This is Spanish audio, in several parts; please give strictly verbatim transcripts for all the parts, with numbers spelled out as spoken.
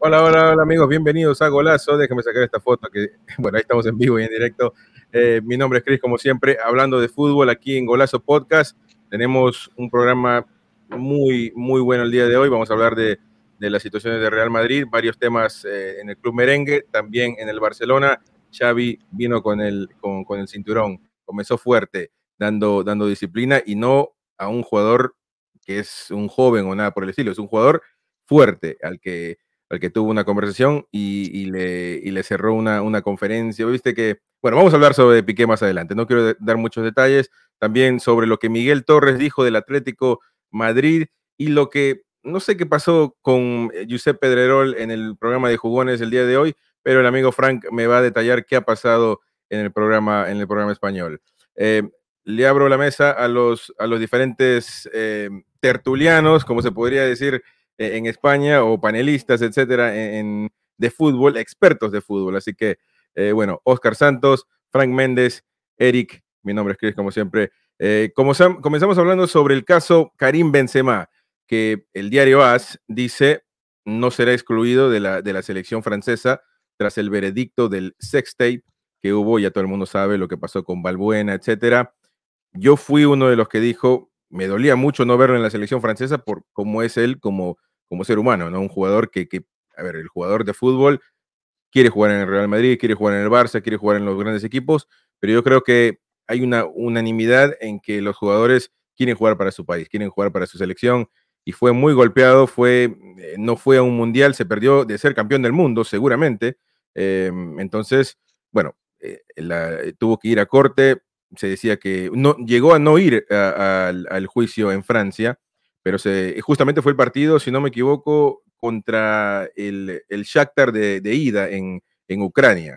Hola, hola, hola amigos, bienvenidos a Golazo. Déjenme sacar esta foto que, bueno, ahí estamos en vivo y en directo. Eh, mi nombre es Chris, como siempre, hablando de fútbol aquí en Golazo Podcast. Tenemos un programa muy, muy bueno el día de hoy. Vamos a hablar de, de las situaciones de Real Madrid, varios temas eh, en el Club Merengue, también en el Barcelona. Xavi vino con el, con, con el cinturón, comenzó fuerte, dando, dando disciplina y no a un jugador que es un joven o nada por el estilo, es un jugador fuerte al que al que tuvo una conversación y, y, le, y le cerró una, una conferencia. Viste que, bueno, vamos a hablar sobre Piqué más adelante, no quiero de, dar muchos detalles, también sobre lo que Miguel Torres dijo del Atlético Madrid y lo que, no sé qué pasó con Josep Pedrerol en el programa de Jugones el día de hoy, pero el amigo Frank me va a detallar qué ha pasado en el programa, en el programa español. Eh, le abro la mesa a los, a los diferentes eh, tertulianos, como se podría decir, en España o panelistas, etcétera, en, de fútbol, expertos de fútbol. Así que, eh, bueno, Oscar Santos, Frank Méndez, Eric, mi nombre es Chris, como siempre. Eh, como comenzamos hablando sobre el caso Karim Benzema, que el diario A S dice no será excluido de la, de la selección francesa tras el veredicto del sex tape que hubo, ya todo el mundo sabe lo que pasó con Balbuena, etcétera. Yo fui uno de los que dijo, me dolía mucho no verlo en la selección francesa por cómo es él como como ser humano, ¿no? Un jugador que, que, a ver, el jugador de fútbol quiere jugar en el Real Madrid, quiere jugar en el Barça, quiere jugar en los grandes equipos, pero yo creo que hay una unanimidad en que los jugadores quieren jugar para su país, quieren jugar para su selección, y fue muy golpeado, fue, eh, no fue a un mundial, se perdió de ser campeón del mundo, seguramente. Eh, entonces, bueno, eh, la, tuvo que ir a corte, se decía que no, llegó a no ir a, a, al, al juicio en Francia, pero se, justamente fue el partido, si no me equivoco, contra el, el Shakhtar de, de ida en, en Ucrania.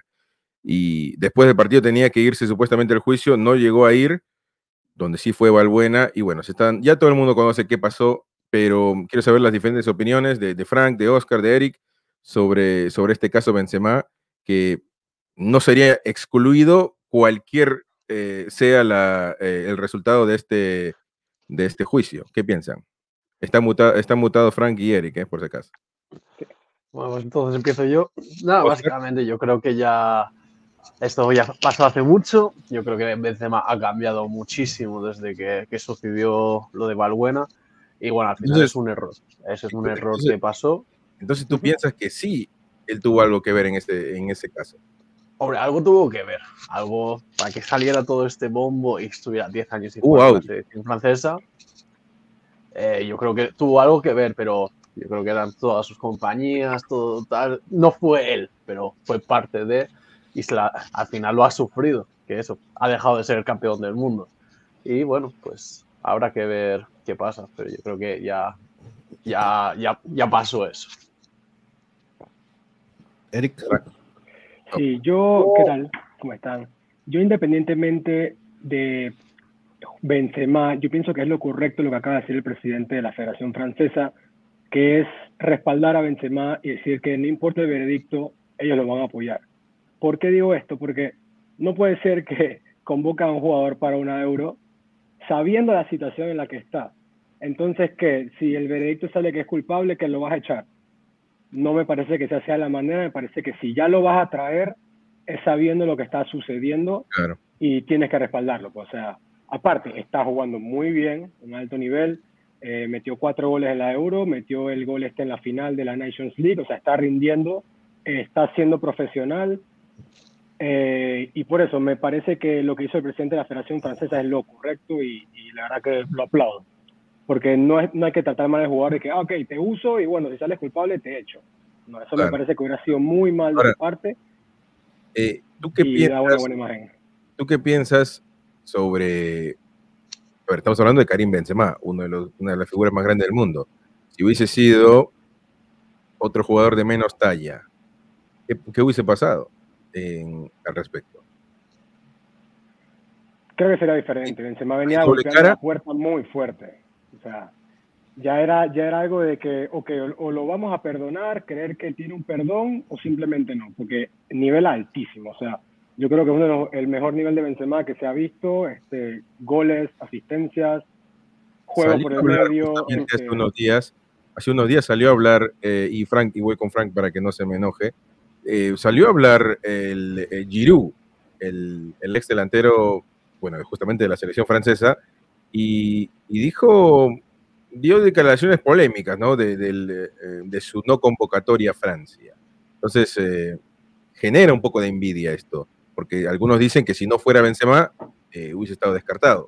Y después del partido tenía que irse supuestamente al juicio, no llegó a ir, donde sí fue Balbuena, y bueno, se están, ya todo el mundo conoce qué pasó, pero quiero saber las diferentes opiniones de, de Frank, de Oscar, de Eric, sobre, sobre este caso Benzema, que no sería excluido cualquier eh, sea la, eh, el resultado de este, de este juicio. ¿Qué piensan? Está mutado, está mutado Frank y Eric, eh, por si acaso. Bueno, pues entonces empiezo yo. Nada, Oscar. básicamente yo creo que ya esto ya pasó hace mucho. Yo creo que Benzema ha cambiado muchísimo desde que, que sucedió lo de Balbuena. Y bueno, al final Entonces, es un error. Ese es un error entonces, que pasó. entonces tú piensas que sí, él tuvo algo que ver en ese, en ese caso. Hombre, algo tuvo que ver. Algo para que saliera todo este bombo y estuviera diez años sin Hubo jugar con la audio. selección francesa. Eh, yo creo que tuvo algo que ver, pero yo creo que eran todas sus compañías, todo tal. No fue él, pero fue parte de. Y se la, al final lo ha sufrido, que eso, ha dejado de ser el campeón del mundo. Y bueno, pues habrá que ver qué pasa, pero yo creo que ya, ya, ya, ya pasó eso. Eric. Sí, yo, ¿qué tal? ¿Cómo están? Yo independientemente de Benzema, yo pienso que es lo correcto lo que acaba de decir el presidente de la Federación Francesa, que es respaldar a Benzema y decir que no importa el veredicto, ellos lo van a apoyar. ¿Por qué digo esto? Porque no puede ser que convocan a un jugador para una Euro sabiendo la situación en la que está. Entonces, que si el veredicto sale que es culpable, que lo vas a echar. No me parece que esa sea la manera, me parece que si ya lo vas a traer, es sabiendo lo que está sucediendo Claro. y tienes que respaldarlo. Pues, o sea, aparte, está jugando muy bien, un alto nivel, eh, metió cuatro goles en la Euro, metió el gol este en la final de la Nations League, o sea, está rindiendo, eh, está siendo profesional, eh, y por eso me parece que lo que hizo el presidente de la Federación Francesa es lo correcto y, y la verdad que lo aplaudo. Porque no, es, no hay que tratar mal al jugador de que, ah, ok, te uso y bueno, si sales culpable, te echo. No, eso Claro. me parece que hubiera sido muy mal de Ahora, su parte eh, ¿tú qué y piensas, da una buena imagen. ¿tú qué piensas sobre... A ver, estamos hablando de Karim Benzema, uno de los, una de las figuras más grandes del mundo. Si hubiese sido otro jugador de menos talla, ¿qué, qué hubiese pasado en, al respecto? Creo que sería diferente. Benzema venía ¿Doble golpeando cara? la puerta muy fuerte. O sea, ya era, ya era algo de que, ok, o, o lo vamos a perdonar, creer que tiene un perdón, o simplemente no, porque nivel altísimo. O sea, yo creo que es uno de los, el mejor nivel de Benzema que se ha visto, este, goles, asistencias, juego Salió por a el hablar medio. justamente hace Este, unos días hace unos días salió a hablar, eh, y Frank, y voy con Frank para que no se me enoje, eh, salió a hablar el, el Giroud, el, el ex delantero, bueno, justamente de la selección francesa, y, y dijo, dio declaraciones polémicas, ¿no? De, de, de su no convocatoria a Francia. Entonces, eh, genera un poco de envidia esto, porque algunos dicen que si no fuera Benzema, eh, hubiese estado descartado.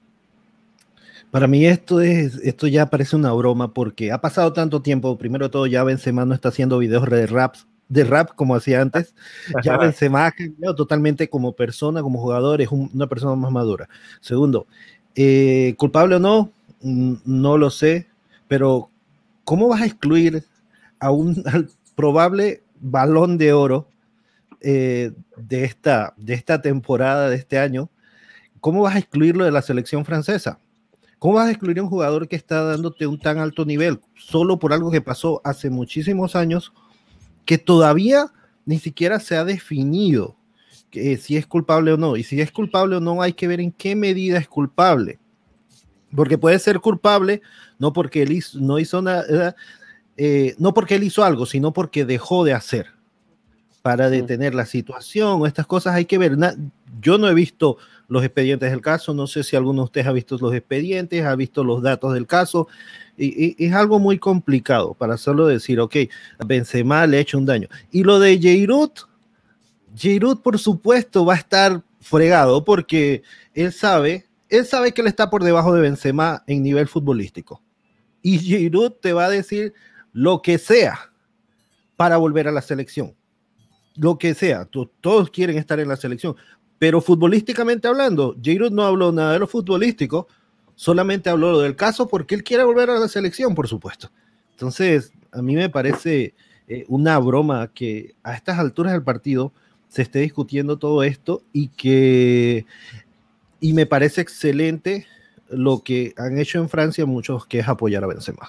Para mí esto, es, esto ya parece una broma, porque ha pasado tanto tiempo. Primero de todo, ya Benzema no está haciendo videos de rap, de rap como hacía antes. Ya Benzema ha cambiado totalmente como persona, como jugador, es un, una persona más madura. Segundo, eh, culpable o no, no lo sé, pero ¿cómo vas a excluir a un al probable Balón de Oro eh, de, esta, de esta temporada, de este año? ¿Cómo vas a excluirlo de la selección francesa? ¿Cómo vas a excluir a un jugador que está dándote un tan alto nivel solo por algo que pasó hace muchísimos años, que todavía ni siquiera se ha definido que, si es culpable o no? Y si es culpable o no, hay que ver en qué medida es culpable. Porque puede ser culpable no porque él hizo, no hizo nada, eh, no porque él hizo algo, sino porque dejó de hacer para detener la situación o estas cosas. Hay que ver. Yo no he visto los expedientes del caso, no sé si alguno de ustedes ha visto los expedientes, ha visto los datos del caso, y, y es algo muy complicado para solo decir, ok, Benzema le ha hecho un daño. Y lo de Giroud, Giroud por supuesto va a estar fregado porque él sabe, él sabe que él está por debajo de Benzema en nivel futbolístico, y Giroud te va a decir lo que sea para volver a la selección. Lo que sea, todos quieren estar en la selección, pero futbolísticamente hablando, Giroud no habló nada de lo futbolístico, solamente habló lo del caso porque él quiere volver a la selección, por supuesto. Entonces, a mí me parece eh, una broma que a estas alturas del partido se esté discutiendo todo esto, y que y me parece excelente lo que han hecho en Francia muchos, que es apoyar a Benzema.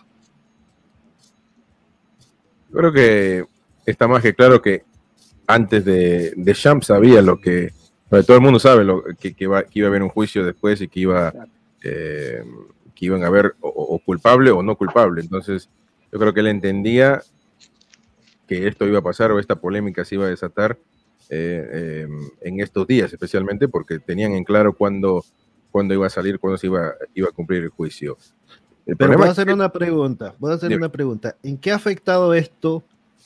Creo que está más que claro que antes de, de Champs sabía lo que, todo el mundo sabe lo, que, que, va, que iba a haber un juicio después y que iba eh, que iban a haber o, o culpable o no culpable. Entonces yo creo que él entendía que esto iba a pasar o esta polémica se iba a desatar eh, eh, en estos días, especialmente porque tenían en claro cuándo, cuándo iba a salir, cuándo se iba, iba a cumplir el juicio. El Pero voy a es hacer que, una pregunta, voy a hacer una pregunta. ¿En qué ha afectado esto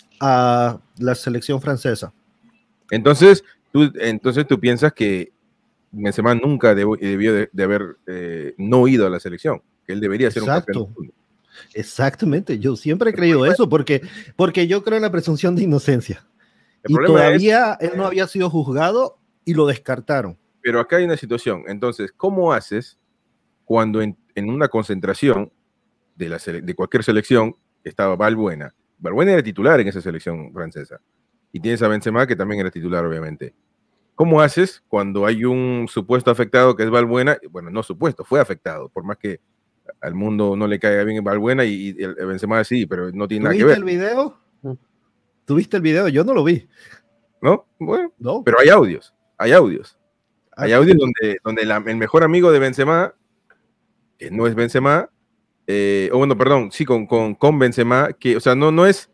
a la selección francesa? Entonces, tú, entonces tú piensas que Benzema nunca debió, debió de, de haber eh, no ido a la selección, que él debería ser Exacto. un campeón del mundo. Exactamente, yo siempre he creído eso, porque, porque yo creo en la presunción de inocencia. El y todavía es, él no había sido juzgado y lo descartaron. Pero acá hay una situación. Entonces, ¿cómo haces cuando en, en una concentración de, la sele de cualquier selección estaba Valbuena? Valbuena era titular en esa selección francesa. Y tienes a Benzema, que también era titular, obviamente. ¿Cómo haces cuando hay un supuesto afectado que es Valbuena? Bueno, no supuesto, fue afectado, por más que al mundo no le caiga bien Valbuena, y, y el Benzema sí, pero no tiene nada que ver. ¿Tuviste el video? ¿Tuviste el video? Yo no lo vi. ¿No? Bueno, no. Pero hay audios, hay audios. Hay audios donde, donde la, el mejor amigo de Benzema, que no es Benzema, eh, o bueno, perdón, sí, con, con, con Benzema, que, o sea, no, no es,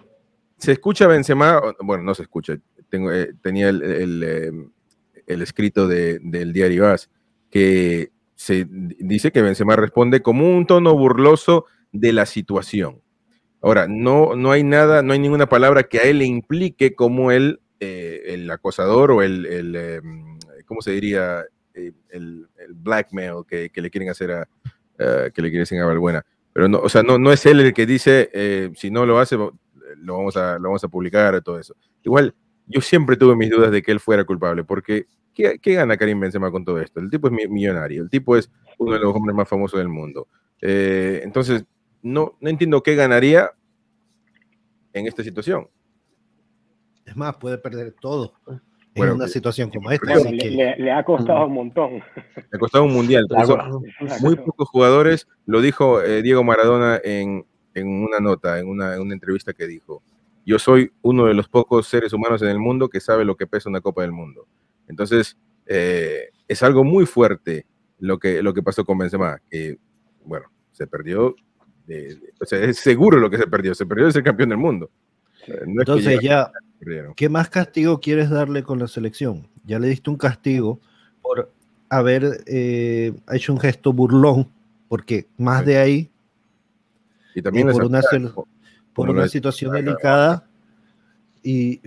se escucha Benzema, bueno, no se escucha, tengo, eh, tenía el, el, el, el escrito de, del diario A S, que se dice que Benzema responde como un tono burloso de la situación. Ahora, no, no hay nada, no hay ninguna palabra que a él le implique como el, eh, el acosador o el, el eh, ¿cómo se diría? El, el blackmail que, que le quieren hacer a, uh, que le quieren hacer a Valbuena. Pero no, o sea, no, no es él el que dice, eh, si no lo hace, lo vamos a, lo vamos a publicar y todo eso. Igual, yo siempre tuve mis dudas de que él fuera culpable, porque ¿qué, qué gana Karim Benzema con todo esto? El tipo es millonario, el tipo es uno de los hombres más famosos del mundo. Eh, entonces, no, no entiendo qué ganaría en esta situación. Es más, puede perder todo. Bueno, en una situación como esta. Bueno, le, que... le, le ha costado un montón. Le ha costado un mundial. Claro. Muy pocos jugadores, lo dijo eh, Diego Maradona en, en una nota, en una, en una entrevista que dijo: yo soy uno de los pocos seres humanos en el mundo que sabe lo que pesa una Copa del Mundo. Entonces, eh, es algo muy fuerte lo que, lo que pasó con Benzema, que, bueno, se perdió de, de, o sea, es seguro lo que se perdió, se perdió de ser campeón del mundo. No Entonces es que ya, ¿qué más castigo quieres darle con la selección? Ya le diste un castigo por haber eh, hecho un gesto burlón, porque más sí. de ahí, y también eh, por una, como, por como una situación delicada y,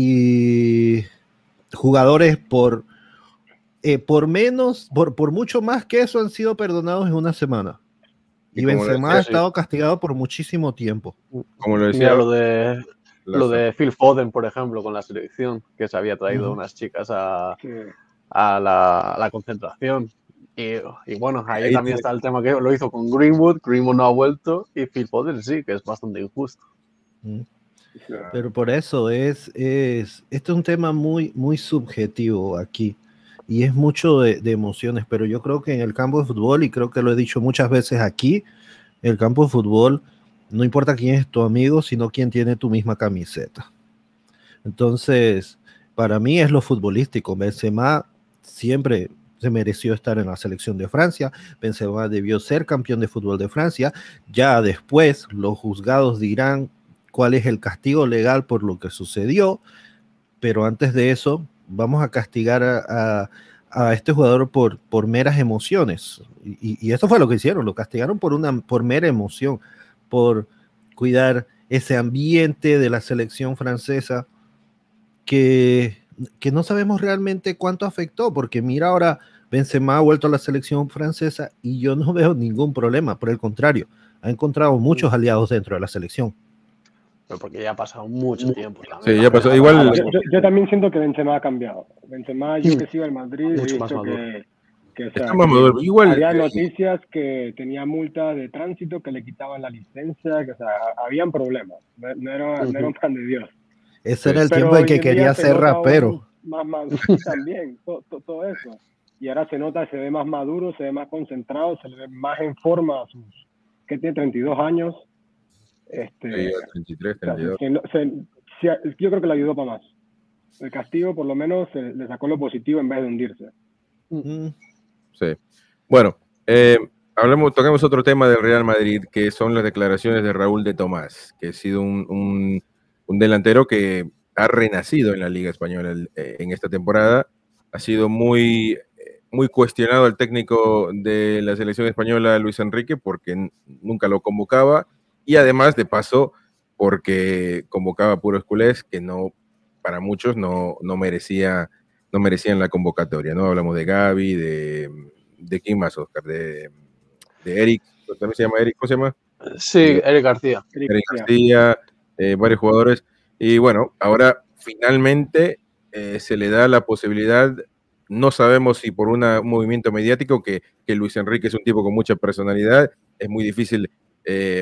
y jugadores por, eh, por menos, por, por mucho más que eso han sido perdonados en una semana. Y, y Benzema ha estado sí. castigado por muchísimo tiempo. Como lo decía, Mira, lo de lo de Phil Foden, por ejemplo, con la selección, que se había traído uh-huh. unas chicas a, sí. a, la, a la concentración. Y, y bueno, ahí, ahí también tiene... está el tema que lo hizo con Greenwood. Greenwood no ha vuelto y Phil Foden sí, que es bastante injusto. Uh-huh. Pero por eso es, es, este es un tema muy, muy subjetivo aquí y es mucho de, de emociones, pero yo creo que en el campo de fútbol, y creo que lo he dicho muchas veces aquí, el campo de fútbol, no importa quién es tu amigo, sino quién tiene tu misma camiseta. Entonces, para mí es lo futbolístico. Benzema siempre se mereció estar en la selección de Francia, Benzema debió ser campeón de fútbol de Francia, ya después los juzgados dirán cuál es el castigo legal por lo que sucedió, pero antes de eso vamos a castigar a, a, a este jugador por, por meras emociones, y, y eso fue lo que hicieron, lo castigaron por, una, por mera emoción, por cuidar ese ambiente de la selección francesa que, que no sabemos realmente cuánto afectó, porque mira ahora Benzema ha vuelto a la selección francesa y yo no veo ningún problema, por el contrario, ha encontrado muchos aliados dentro de la selección. Pero porque ya ha pasado mucho tiempo también. Sí, ya pasó. Igual. Yo, yo, yo también siento que Benzema ha cambiado. Benzema, yo que sigo al Madrid, mucho he más visto maduro. que, que, o sea, Está más maduro. que Igual. había noticias que tenía multa de tránsito, que le quitaban la licencia, que o sea, habían problemas. No, no, era, uh-huh. no era un pan de Dios. Ese sí. era el Pero tiempo en que quería ser rapero. Más maduro también, todo, todo, todo eso. Y ahora se nota, se ve más maduro, se ve más concentrado, se le ve más en forma a sus, que tiene treinta y dos años. Este, sí, treinta y tres, treinta y dos. O sea, se, se, yo creo que le ayudó para más. El castigo, por lo menos, se, le sacó lo positivo en vez de hundirse. Uh-huh. Sí. Bueno, eh, hablemos, toquemos otro tema del Real Madrid, que son las declaraciones de Raúl de Tomás, que ha sido un, un, un delantero que ha renacido en la Liga Española eh, en esta temporada. Ha sido muy, muy cuestionado el técnico de la selección española, Luis Enrique, porque nunca lo convocaba. Y además, de paso, porque convocaba puros culés que no, para muchos no, no, merecía, no merecían la convocatoria, ¿no? Hablamos de Gavi, de, de ¿quién más, Oscar? De, de Eric, ¿también se llama Eric? ¿Cómo se llama? Sí, Eric García. Eric García, eh, varios jugadores. Y bueno, ahora finalmente eh, se le da la posibilidad, no sabemos si por una, un movimiento mediático, que, que Luis Enrique es un tipo con mucha personalidad, es muy difícil Eh,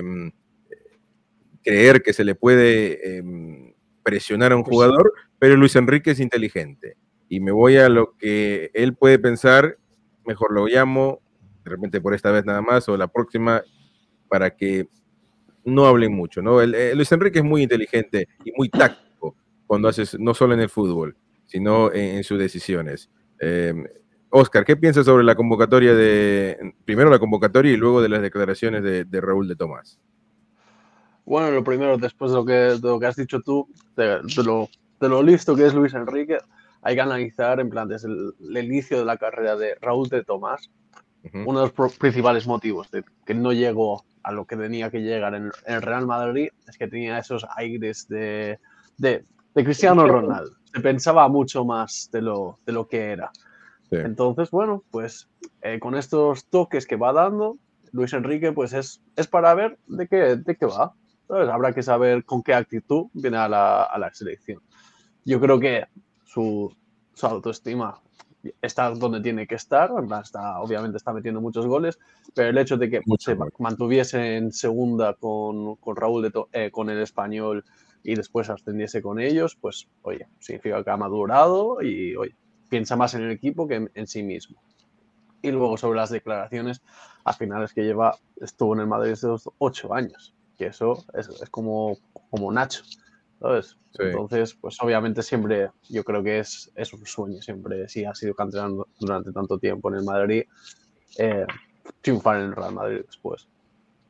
creer que se le puede eh, presionar a un jugador, pero Luis Enrique es inteligente y me voy a lo que él puede pensar, mejor lo llamo, de repente por esta vez nada más o la próxima, para que no hablen mucho, ¿no? El, el Luis Enrique es muy inteligente y muy táctico cuando haces, no solo en el fútbol, sino en, en sus decisiones. Eh, Oscar, ¿qué piensas sobre la convocatoria de, primero la convocatoria y luego de las declaraciones de, de Raúl de Tomás? Bueno, lo primero, después de lo que, de lo que has dicho tú, de, de, lo, de lo listo que es Luis Enrique, hay que analizar, en plan, desde el, el inicio de la carrera de Raúl de Tomás, uh-huh. uno de los pro- principales motivos de que no llegó a lo que tenía que llegar en, en el Real Madrid es que tenía esos aires de, de, de Cristiano Ronaldo. Se pensaba mucho más de lo, de lo que era. Sí. Entonces, bueno, pues eh, con estos toques que va dando, Luis Enrique, pues es, es para ver de qué, de qué va. ¿Sabes? Habrá que saber con qué actitud viene a la, a la selección. Yo creo que su, su autoestima está donde tiene que estar, está, obviamente está metiendo muchos goles, pero el hecho de que Mucho se mal. mantuviese en segunda con, con Raúl de to, eh, con el Español y después ascendiese con ellos, pues oye, significa que ha madurado y oye, piensa más en el equipo que en, en sí mismo. Y luego sobre las declaraciones, al final es que lleva, estuvo en el Madrid desde los ocho años. Que eso es, es como, como Nacho, ¿sabes? Sí. Entonces, pues obviamente siempre, yo creo que es, es un sueño, siempre, si ha sido canterano durante tanto tiempo en el Madrid, eh, triunfar en el Real Madrid después.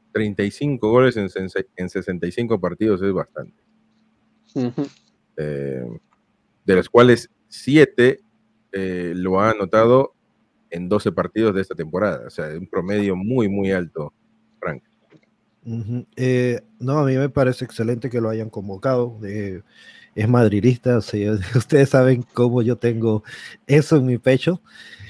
treinta y cinco goles en, en sesenta y cinco partidos es bastante. Uh-huh. Eh, de los cuales siete eh, lo ha anotado en doce partidos de esta temporada. O sea, un promedio muy, muy alto, Frank. Uh-huh. Eh, no, a mí me parece excelente que lo hayan convocado. Eh, es madridista, o sea, ustedes saben cómo yo tengo eso en mi pecho.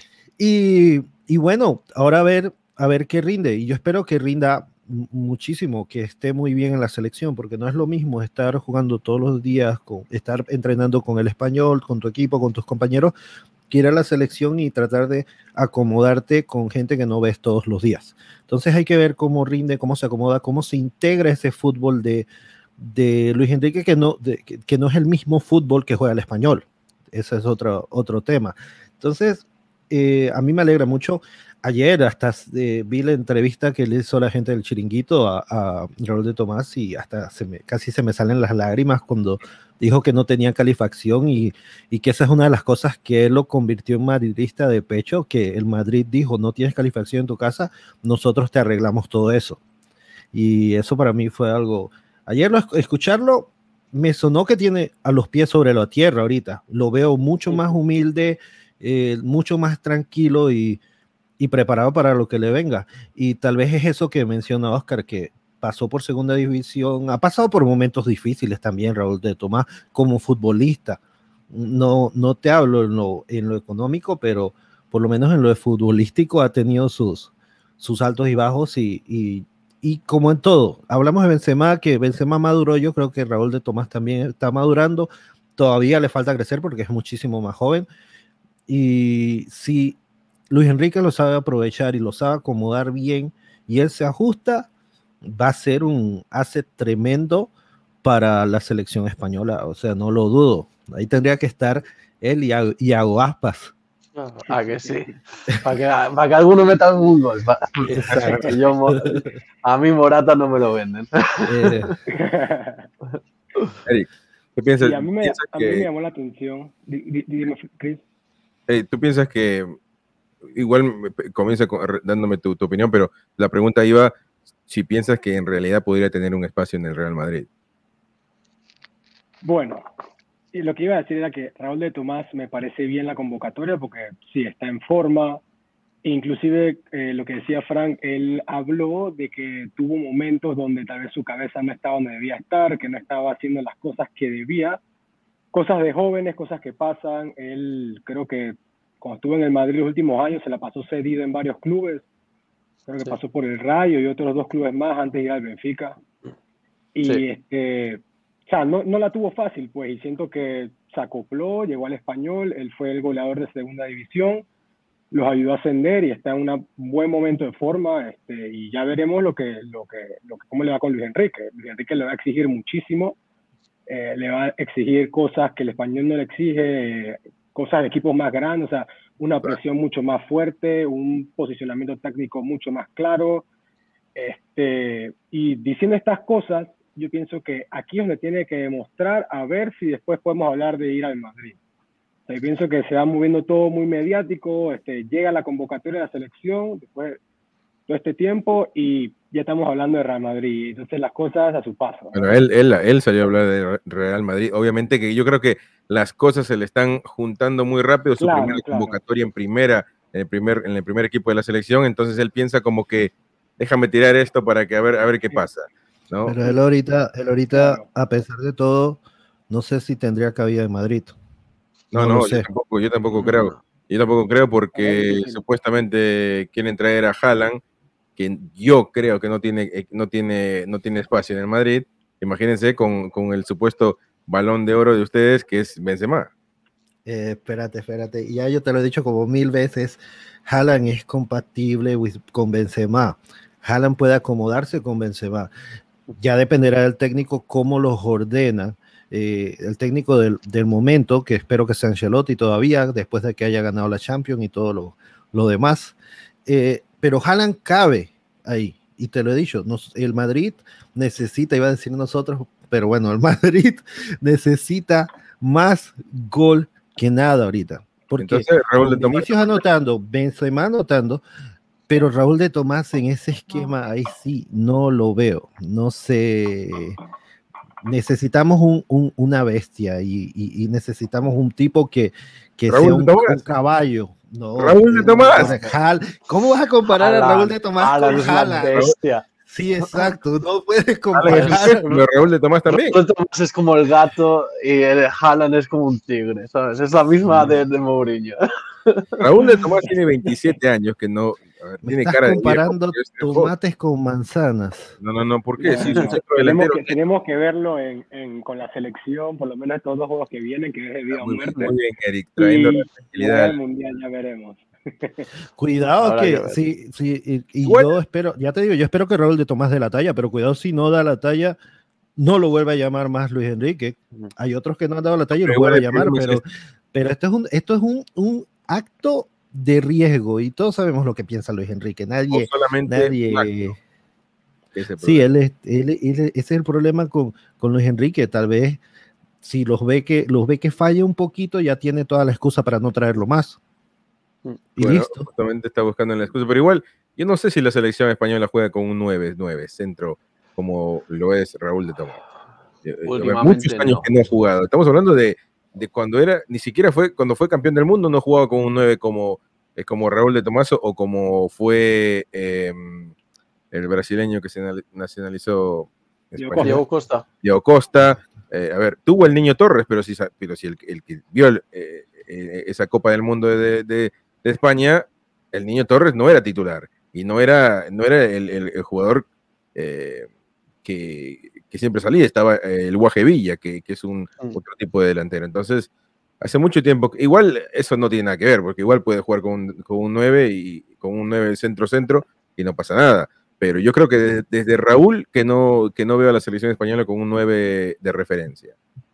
Y, y bueno, ahora a ver, a ver qué rinde. Y yo espero que rinda muchísimo, que esté muy bien en la selección, porque no es lo mismo estar jugando todos los días, con, estar entrenando con el Español, con tu equipo, con tus compañeros, que ir a la selección y tratar de acomodarte con gente que no ves todos los días. Entonces hay que ver cómo rinde, cómo se acomoda, cómo se integra ese fútbol de, de Luis Enrique, que no, de, que, que no es el mismo fútbol que juega el Español. Ese es otro, otro tema. Entonces, eh, a mí me alegra mucho. Ayer hasta eh, vi la entrevista que le hizo la gente del Chiringuito a, a Raúl de Tomás y hasta se me, casi se me salen las lágrimas cuando dijo que no tenía calefacción y, y que esa es una de las cosas que él lo convirtió en madridista de pecho, que el Madrid dijo, no tienes calefacción en tu casa, nosotros te arreglamos todo eso. Y eso para mí fue algo... Ayer lo, escucharlo me sonó que tiene a los pies sobre la tierra ahorita. Lo veo mucho más humilde, eh, mucho más tranquilo y... y preparado para lo que le venga. Y tal vez es eso que menciona Oscar, que pasó por segunda división, ha pasado por momentos difíciles también Raúl de Tomás como futbolista. No, no te hablo en lo, en lo económico, pero por lo menos en lo futbolístico ha tenido sus, sus altos y bajos y, y, y como en todo. Hablamos de Benzema, que Benzema maduró, yo creo que Raúl de Tomás también está madurando, todavía le falta crecer porque es muchísimo más joven. Y si Luis Enrique lo sabe aprovechar y lo sabe acomodar bien y él se ajusta, va a ser un asset tremendo para la selección española, o sea, no lo dudo. Ahí tendría que estar él y, y Iago Aspas. Ah, que sí. Para que, para que alguno meta un gol. Yo, a mí Morata no me lo venden. Eh. Eric, ¿qué piensas? Sí, a mí me, ¿piensas a que, mí me llamó la atención. Dime, Chris. Hey, ¿tú piensas que igual comienza con, dándome tu, tu opinión, pero la pregunta iba si piensas que en realidad podría tener un espacio en el Real Madrid? Bueno, y lo que iba a decir era que Raúl de Tomás me parece bien la convocatoria porque sí, está en forma. Inclusive eh, lo que decía Frank, él habló de que tuvo momentos donde tal vez su cabeza no estaba donde debía estar, que no estaba haciendo las cosas que debía. Cosas de jóvenes, cosas que pasan. Él creo que cuando estuvo en el Madrid los últimos años se la pasó cedido en varios clubes. Creo que sí. Pasó por el Rayo y otros dos clubes más antes de ir al Benfica. Y sí. este, o sea, no, no la tuvo fácil, pues, y siento que se acopló, llegó al Español, él fue el goleador de segunda división, los ayudó a ascender y está en un buen momento de forma, este, y ya veremos lo que, lo que, lo que, cómo le va con Luis Enrique. Luis Enrique le va a exigir muchísimo, eh, le va a exigir cosas que el Español no le exige, eh, cosas de equipos más grandes, o sea, una presión mucho más fuerte, un posicionamiento táctico mucho más claro. Este, y diciendo estas cosas, yo pienso que aquí es donde tiene que demostrar a ver si después podemos hablar de ir al Madrid. O sea, yo pienso que se va moviendo todo muy mediático, este, llega la convocatoria de la selección después de todo este tiempo y ya estamos hablando de Real Madrid. Entonces las cosas a su paso, ¿no? Bueno, él, él, él salió a hablar de Real Madrid. Obviamente que yo creo que las cosas se le están juntando muy rápido. Su claro, primera claro. convocatoria en primera, en el primer, en el primer equipo de la selección. Entonces él piensa como que déjame tirar esto para que a ver, a ver qué pasa, ¿no? Pero él ahorita, él ahorita claro. A pesar de todo, no sé si tendría cabida en Madrid. No, no, no yo tampoco, yo tampoco creo. Yo tampoco creo porque sí. supuestamente quieren traer a Haaland, que yo creo que no tiene, no tiene, no tiene espacio en el Madrid. Imagínense con, con el supuesto balón de oro de ustedes, que es Benzema. Eh, espérate, espérate. Ya yo te lo he dicho como mil veces. Haaland es compatible with, con Benzema. Haaland puede acomodarse con Benzema. Ya dependerá del técnico cómo los ordena. Eh, el técnico del, del momento, que espero que sea Ancelotti todavía, después de que haya ganado la Champions y todo lo, lo demás. Eh, pero Haaland cabe ahí. Y te lo he dicho, nos, el Madrid necesita, iba a decir nosotros, pero bueno, el Madrid necesita más gol que nada ahorita. Porque entonces, Raúl de Vinicius anotando, Benzema anotando, pero Raúl de Tomás en ese esquema, ahí sí, no lo veo. No sé. Necesitamos un, un, una bestia y, y, y necesitamos un tipo que, que sea un, un caballo. No, Raúl de Tomás. ¿Cómo vas a comparar Haaland, a Raúl de Tomás Haaland con Haaland? Bestia. Sí, exacto, no puedes comparar. Pero Raúl de Tomás también. Raúl de Tomás es como el gato y el Haaland es como un tigre, ¿sabes? Es la misma de, de Mourinho. Raúl de Tomás tiene veintisiete años, que no... A ver, Me tiene estás cara comparando de viejo, tomates con manzanas. No, no, no, ¿por qué? No, Sí, no, es un centro tenemos, delantero. que, tenemos que verlo en, en, con la selección, por lo menos estos dos juegos que vienen, que es de vida o Muy, muerte. muy bien, Eric, trayendo y la tranquilidad. el mundial ya veremos. Cuidado Habrá que, que sí, sí, y, y Bueno. yo espero, ya te digo, yo espero que Raúl de Tomás dé la talla, pero cuidado si no da la talla, no lo vuelva a llamar más Luis Enrique. Hay otros que no han dado la talla y Pero lo vuelve a igual el llamar, problema es pero, pero esto es un, esto es un, un acto de riesgo y todos sabemos lo que piensa Luis Enrique. Nadie, O solamente nadie. un acto. Ese Sí, problema. él es, él, él- ese es el problema con, con Luis Enrique. Tal vez si los ve que los ve que falla un poquito, ya tiene toda la excusa para no traerlo más. Y Bueno, listo. justamente está buscando la excusa, pero igual, yo no sé si la selección española juega con un nueve nueve centro como lo es Raúl de Tomás. Eh, eh, Últimamente muchos años no. que no ha jugado. Estamos hablando de, de cuando era, ni siquiera fue, cuando fue campeón del mundo, no jugaba con un nueve como, eh, como Raúl de Tomás o como fue eh, el brasileño que se nacionalizó Diego español. Diego Costa. Diego Costa. Eh, a ver, tuvo el Niño Torres, pero si, pero si el, el que vio el, eh, eh, esa Copa del Mundo de, de, de España, el Niño Torres no era titular y no era, no era el, el, el jugador eh, que, que siempre salía, estaba eh, el Guaje Villa, que, que es un Mm. otro tipo de delantero. Entonces, hace mucho tiempo, igual eso no tiene nada que ver, porque igual puede jugar con un, con un nueve y con un nueve centro-centro y no pasa nada. Pero yo creo que desde, desde Raúl que no, que no veo a la selección española con un nueve de referencia.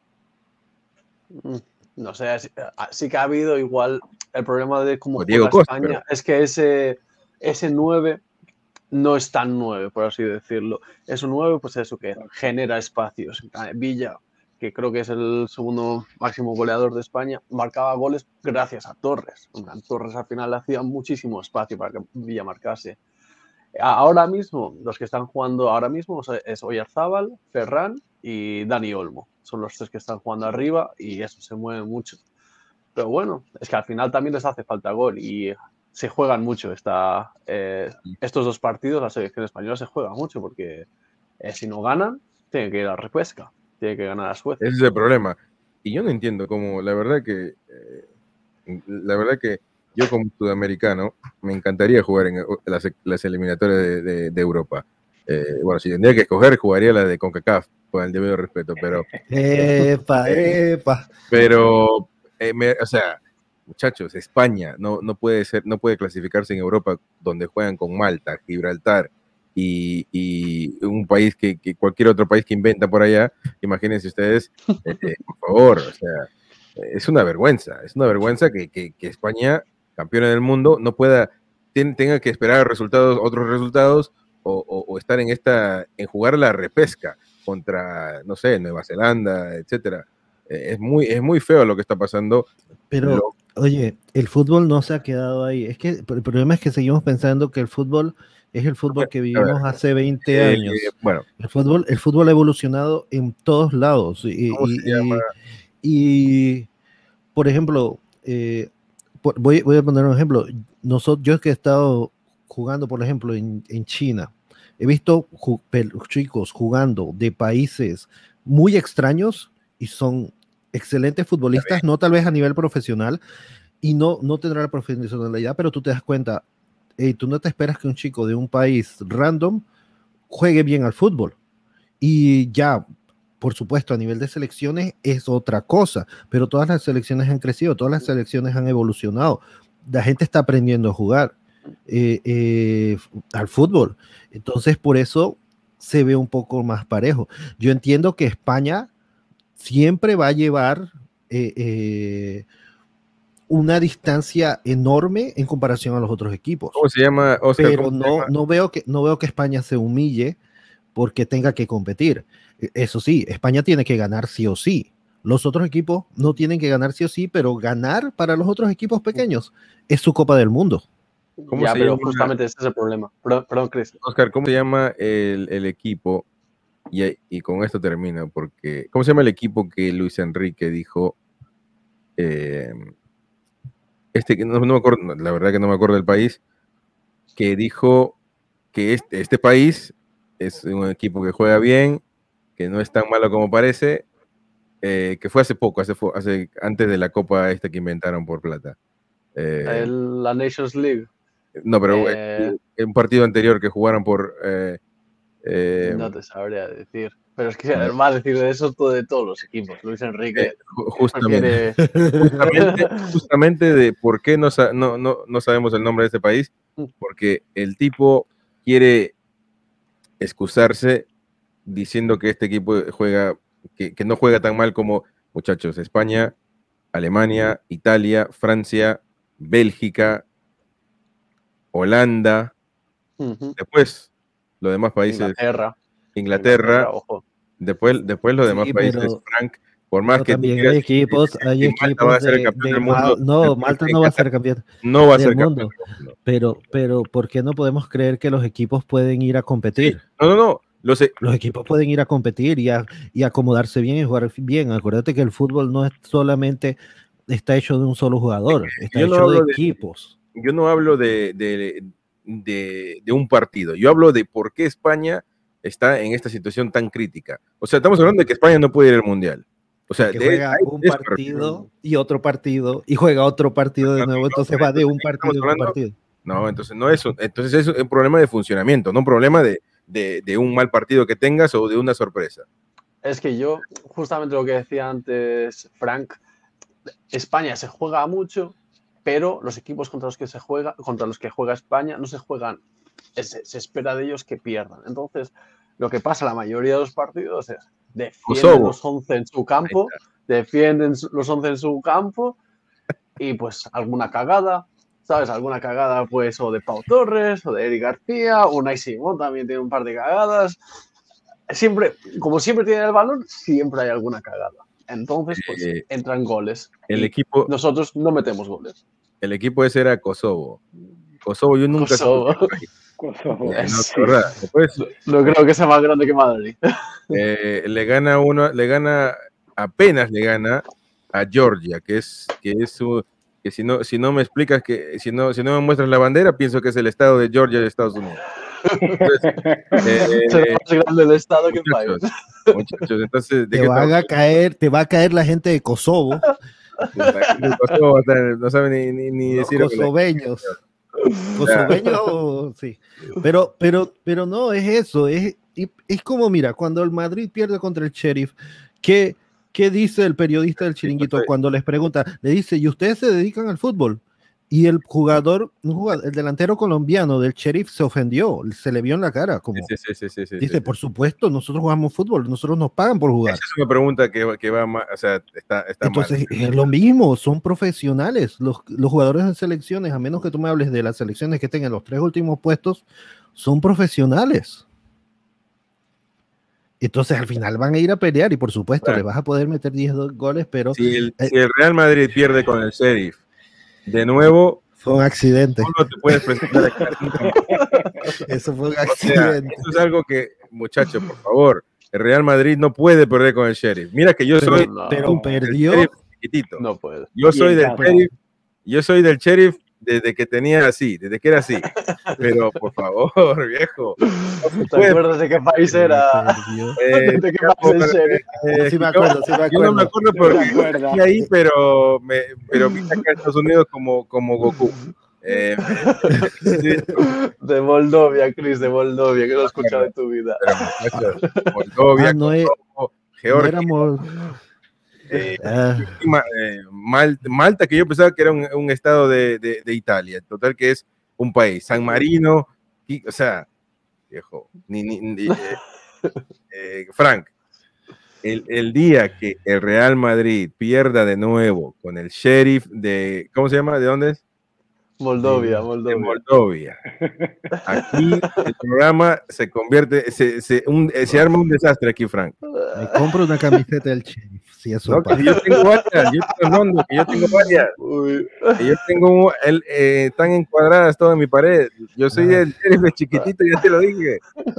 No sé, sí, sí que ha habido igual el problema de cómo O juega Diego Costa, España. pero- Es que ese, ese nueve no es tan nueve, por así decirlo. Es un nueve, pues eso, que genera espacios. Villa, que creo que es el segundo máximo goleador de España, marcaba goles gracias a Torres. Torres al final le hacía muchísimo espacio para que Villa marcase. Ahora mismo, los que están jugando ahora mismo es Oyarzábal, Ferran y Dani Olmo. Son los tres que están jugando arriba y eso se mueve mucho. Pero bueno, es que al final también les hace falta gol y se juegan mucho. Esta, eh, estos dos partidos, la selección española se juega mucho porque eh, si no ganan, tienen que ir a repesca, tienen que ganar a Suecia. Ese es el problema. Y yo no entiendo cómo, la verdad que, eh, la verdad que yo como sudamericano me encantaría jugar en las, las eliminatorias de, de, de Europa. Eh, bueno, si tendría que escoger, jugaría la de CONCACAF, con el debido respeto, pero... Epa, epa. Pero, eh, me, o sea, muchachos, España no, no, puede ser, no puede clasificarse en Europa donde juegan con Malta, Gibraltar y, y un país que, que cualquier otro país que inventa por allá. Imagínense ustedes, eh, eh, por favor, o sea, es una vergüenza, es una vergüenza que, que, que España, campeona del mundo, no pueda, ten, tenga que esperar resultados, otros resultados o, o, o estar en esta, en jugar la repesca contra, no sé, Nueva Zelanda, etcétera. Es muy, es muy feo lo que está pasando. Pero, lo... oye, el fútbol no se ha quedado ahí. Es que el problema es que seguimos pensando que el fútbol es el fútbol que vivimos ver, hace veinte eh, años. Bueno. El fútbol, el fútbol ha evolucionado en todos lados. Y, ¿Cómo y, se llama? Y, y, por ejemplo, eh, por, voy, voy a poner un ejemplo. Nosotros, yo que he estado jugando, por ejemplo, en, en China, he visto ju chicos jugando de países muy extraños y son excelentes futbolistas, no tal vez a nivel profesional, y no, no tendrá la profesionalidad, pero tú te das cuenta, hey, tú no te esperas que un chico de un país random juegue bien al fútbol. Y ya, por supuesto, a nivel de selecciones es otra cosa, pero todas las selecciones han crecido, todas las selecciones han evolucionado, la gente está aprendiendo a jugar eh, eh, al fútbol. Entonces, por eso se ve un poco más parejo. Yo entiendo que España siempre va a llevar eh, eh, una distancia enorme en comparación a los otros equipos. ¿Cómo se llama, Oscar? Pero ¿Cómo no, se llama? no, veo que, no veo que España se humille porque tenga que competir. Eso sí, España tiene que ganar sí o sí. Los otros equipos no tienen que ganar sí o sí, pero ganar para los otros equipos pequeños es su Copa del Mundo. Ya, pero llama? Justamente ese es el problema. Perdón, perdón Chris. Oscar, ¿cómo se llama el, el equipo? Y, y con esto termino, porque ¿cómo se llama el equipo que Luis Enrique dijo? Eh, este que no, no me acuerdo, la verdad que no me acuerdo del país, que dijo que este, este país es un equipo que juega bien, que no es tan malo como parece, eh, que fue hace poco, hace, hace antes de la Copa esta que inventaron por plata. Eh, el, la Nations League. No, pero eh, en un partido anterior que jugaron por... Eh, eh, no te sabría decir. Pero es que además eh, decir de eso todo, de todos los equipos. Luis Enrique eh, justamente, justamente, justamente de por qué no, no, no, no sabemos el nombre de este país, porque el tipo quiere excusarse diciendo que este equipo juega, que, que no juega tan mal como, muchachos, España, Alemania, Italia, Francia, Bélgica, Holanda, uh-huh. Después los demás países, Inglaterra, Inglaterra, Inglaterra ojo. Después, después los demás sí, países, pero, Frank, por más que también hay equipos, hay que equipos va a ser de, el campeón de del mundo, no, Malta no va a ser campeón, no va a del ser mundo, campeón del mundo. Pero, pero, ¿por qué no podemos creer que los equipos pueden ir a competir? Sí. No, no, no. Los, e los equipos pueden ir a competir y, a, y acomodarse bien y jugar bien. Acuérdate que el fútbol no es solamente está hecho de un solo jugador, está yo hecho no de, de equipos. Yo no hablo de, de, de, de un partido, yo hablo de por qué España está en esta situación tan crítica. O sea, estamos hablando de que España no puede ir al Mundial. O sea, que de, juega un partido y otro partido y juega otro partido de nuevo, entonces va de un partido a un partido. No, entonces no es, entonces es un problema de funcionamiento, no un problema de, de, de un mal partido que tengas o de una sorpresa. Es que yo, justamente lo que decía antes Frank, España se juega mucho, pero los equipos contra los que se juega, contra los que juega España, no se juegan, se, se espera de ellos que pierdan. Entonces, lo que pasa la mayoría de los partidos es defienden Kosovo. los once en su campo, defienden los once en su campo y pues alguna cagada, ¿sabes? Alguna cagada pues o de Pau Torres o de Eric García, o Unai Simón también tiene un par de cagadas. Siempre, como siempre tienen el balón, siempre hay alguna cagada. Entonces, pues, eh, entran goles. El equipo, nosotros no metemos goles. El equipo ese era Kosovo. Kosovo, yo nunca... Kosovo. Kosovo. No, sí. verdad. Después, no creo que sea más grande que Madrid. Eh, le gana uno, le gana, apenas le gana a Georgia, que es, que es su, que si no, si no me explicas que, si no, si no me muestras la bandera, pienso que es el estado de Georgia de Estados Unidos. Entonces, eh, es más grande el estado que el país. Muchachos, entonces, ¿de te, qué van a caer, te va a caer la gente de Kosovo. Kosovo no sabe ni, ni, ni Los decir. Kosoveños. Kosoveños, sí. Pero, pero, pero no, es eso. Es, es como, mira, cuando el Madrid pierde contra el Sheriff, ¿qué, qué dice el periodista del Chiringuito cuando les pregunta? Le dice, ¿y ustedes se dedican al fútbol? Y el jugador, un jugador, el delantero colombiano del Sheriff se ofendió, se le vio en la cara, como sí, sí, sí, sí, sí, dice, sí. por supuesto, nosotros jugamos fútbol, nosotros nos pagan por jugar. Esa es una pregunta que, que va más, o sea, está, está Entonces, mal. es lo mismo, son profesionales, los, los jugadores de selecciones, a menos que tú me hables de las selecciones que tengan los tres últimos puestos, son profesionales. Entonces, al final van a ir a pelear y, por supuesto, claro, le vas a poder meter diez goles, pero... Si el, eh, si el Real Madrid pierde con el Sheriff, de nuevo, fue un accidente. No te puedes presentar aquí. Eso fue un accidente. O sea, eso es algo que, muchachos, por favor, el Real Madrid no puede perder con el Sheriff. Mira que yo pero, soy. No, pero perdió. Chiquitito. No puede. Yo soy del Sheriff. Yo soy del Sheriff desde que tenía así, desde que era así. Pero por favor, viejo. No ¿Te acuerdas de qué país era? Eh, ¿De qué país el Sheriff? Eh, sí me acuerdo, sí me acuerdo. Yo no me acuerdo porque estoy ahí, pero me, pero vine acá a Estados Unidos como, como Goku. Eh, de Moldovia, Chris, de Moldovia, que no he escuchado en tu vida. Pero, Moldovia, ah, no es, Georgia. No éramos... Eh, ah. eh, Malta, Malta, que yo pensaba que era un, un estado de, de, de Italia, en total que es un país. San Marino, y, o sea, viejo, ni, ni, ni eh, eh, Frank, el, el día que el Real Madrid pierda de nuevo con el Sheriff de, ¿cómo se llama? ¿De dónde es? Moldovia, de Moldovia. Moldovia. Aquí el programa se convierte, se, se, un, se arma un desastre aquí, Frank. Me compro una camiseta del Sheriff, si eso No, pasa. que yo tengo varias, yo tengo Rondo, que yo tengo varias. Uy. Que yo tengo, el, eh, están encuadradas todas en mi pared. Yo soy del Sheriff chiquitito, ya te lo dije.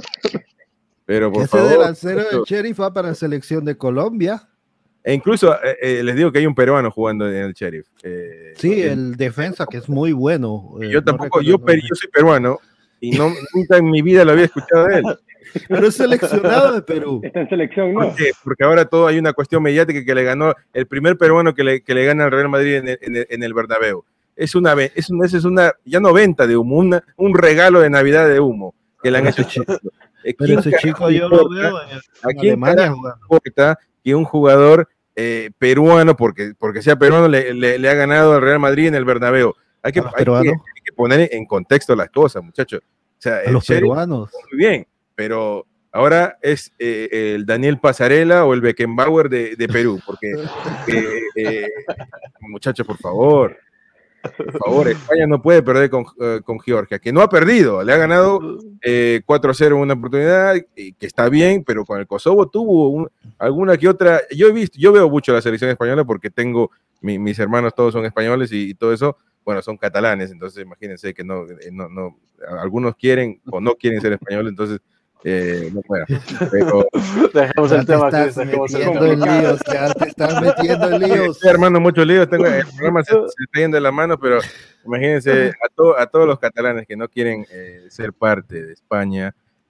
Pero por Ese favor. delantero del Sheriff va para la selección de Colombia. E incluso eh, eh, les digo que hay un peruano jugando en el Sheriff. Eh, Sí, el, el defensa, que es muy bueno. Eh, yo no tampoco, recuerdo yo, el nombre. yo soy peruano y no, nunca en mi vida lo había escuchado de él. Pero es seleccionado de Perú. Está en selección, ¿no? ¿Por qué? Porque ahora todo hay una cuestión mediática que le ganó el primer peruano que le, que le gana al Real Madrid en el, en el, en el Bernabéu. Es una, es una, es una, ya no venta de humo, una, un regalo de Navidad de humo que le han hecho. Pero ese chico yo lo veo en, en Alemania jugando. Importa que un jugador eh, peruano, porque, porque sea peruano, le, le, le ha ganado al Real Madrid en el Bernabéu. Hay que, hay que, hay que poner en contexto las cosas, muchachos. O sea, a los Sheriff, peruanos. Muy bien, pero ahora es eh, el Daniel Pasarela o el Beckenbauer de, de Perú, porque eh, eh, muchachos, por favor. Por favor, España no puede perder con, uh, con Georgia, que no ha perdido, le ha ganado eh, cuatro a cero en una oportunidad, y que está bien, pero con el Kosovo tuvo un, alguna que otra. Yo he visto, yo veo mucho la selección española porque tengo, mi, mis hermanos todos son españoles y, y todo eso, bueno, son catalanes, entonces imagínense que no, no, no, algunos quieren o no quieren ser españoles, entonces eh, no pueda. Pero dejemos el tema aquí, estás metiendo en líos, ya te estás metiendo en líos. Estoy armando muchos líos, tengo, el programa se, se está yendo de la mano, pero imagínense a, to, a todos los catalanes que no quieren eh, ser parte de España,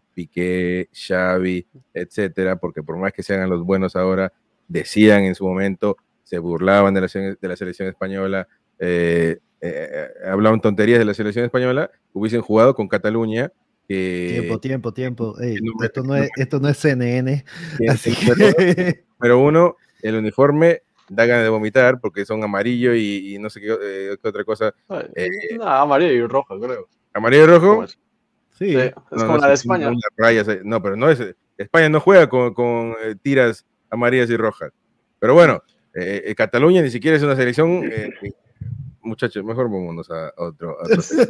Piqué, Xavi, etcétera, porque por más que se hagan los buenos ahora, decían en su momento, se burlaban de la, de la selección española, eh, eh, hablaban tonterías de la selección española, hubiesen jugado con Cataluña. Que, tiempo, tiempo, tiempo. Ey, número, esto, no es, esto no es C N N. Que, así número, que... número uno, el uniforme da ganas de vomitar porque son amarillo y, y no sé qué, eh, qué otra cosa. Eh, no, amarillo y rojo, creo. ¿Amarillo y rojo? Es? Sí. sí. Es no, como no, la de es España. Una rayas, no, pero no es. España no juega con, con eh, tiras amarillas y rojas. Pero bueno, eh, eh, Cataluña ni siquiera es una selección. Eh, muchachos, mejor vámonos a otro. A otro sí,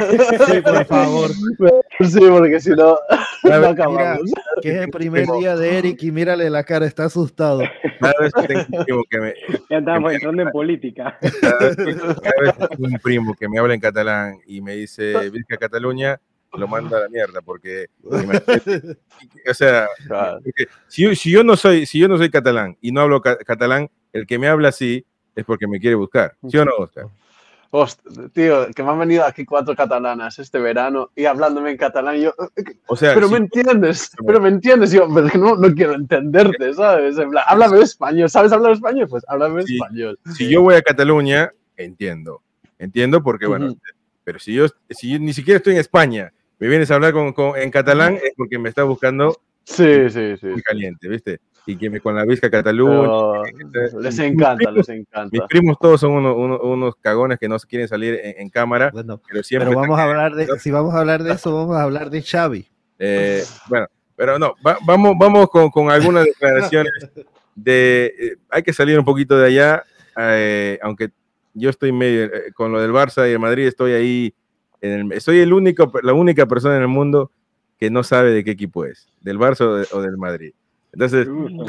por favor. Sí, porque si no, no acabamos. Mira, que es el primer día de Eric y mírale la cara, está asustado. Cada vez que tengo un primo que me. Ya estamos que entrando me, en política. Cada vez, que, cada vez que tengo un primo que me habla en catalán y me dice Visca Cataluña, lo mando a la mierda, porque, o sea, porque si, si, yo no soy, si yo no soy catalán y no hablo ca catalán, el que me habla así es porque me quiere buscar, ¿sí o no, Oscar? Hostia, tío, que me han venido aquí cuatro catalanas este verano y hablándome en catalán y yo, o sea, pero si, me entiendes, no, pero me entiendes, yo, pero es que no, no quiero entenderte, ¿sabes? En plan, háblame español, ¿sabes hablar español? Pues háblame si, español. Si yo voy a Cataluña, entiendo, entiendo porque, bueno, uh-huh. pero si yo, si yo ni siquiera estoy en España, me vienes a hablar con, con, en catalán, es porque me está buscando sí, sí, sí, muy caliente, ¿viste? Y que me, con la Visca Cataluña. Pero les encanta, primos, les encanta. Mis primos todos son unos, unos, unos cagones que no quieren salir en, en cámara. Bueno, pero, siempre pero vamos a hablar de, si vamos a hablar de eso, vamos a hablar de Xavi. Eh, bueno, pero no, va, vamos, vamos con, con algunas declaraciones de, eh, hay que salir un poquito de allá, eh, aunque yo estoy medio, eh, con lo del Barça y el Madrid, estoy ahí, en el, soy el único, la única persona en el mundo que no sabe de qué equipo es, del Barça o, de, o del Madrid. Entonces,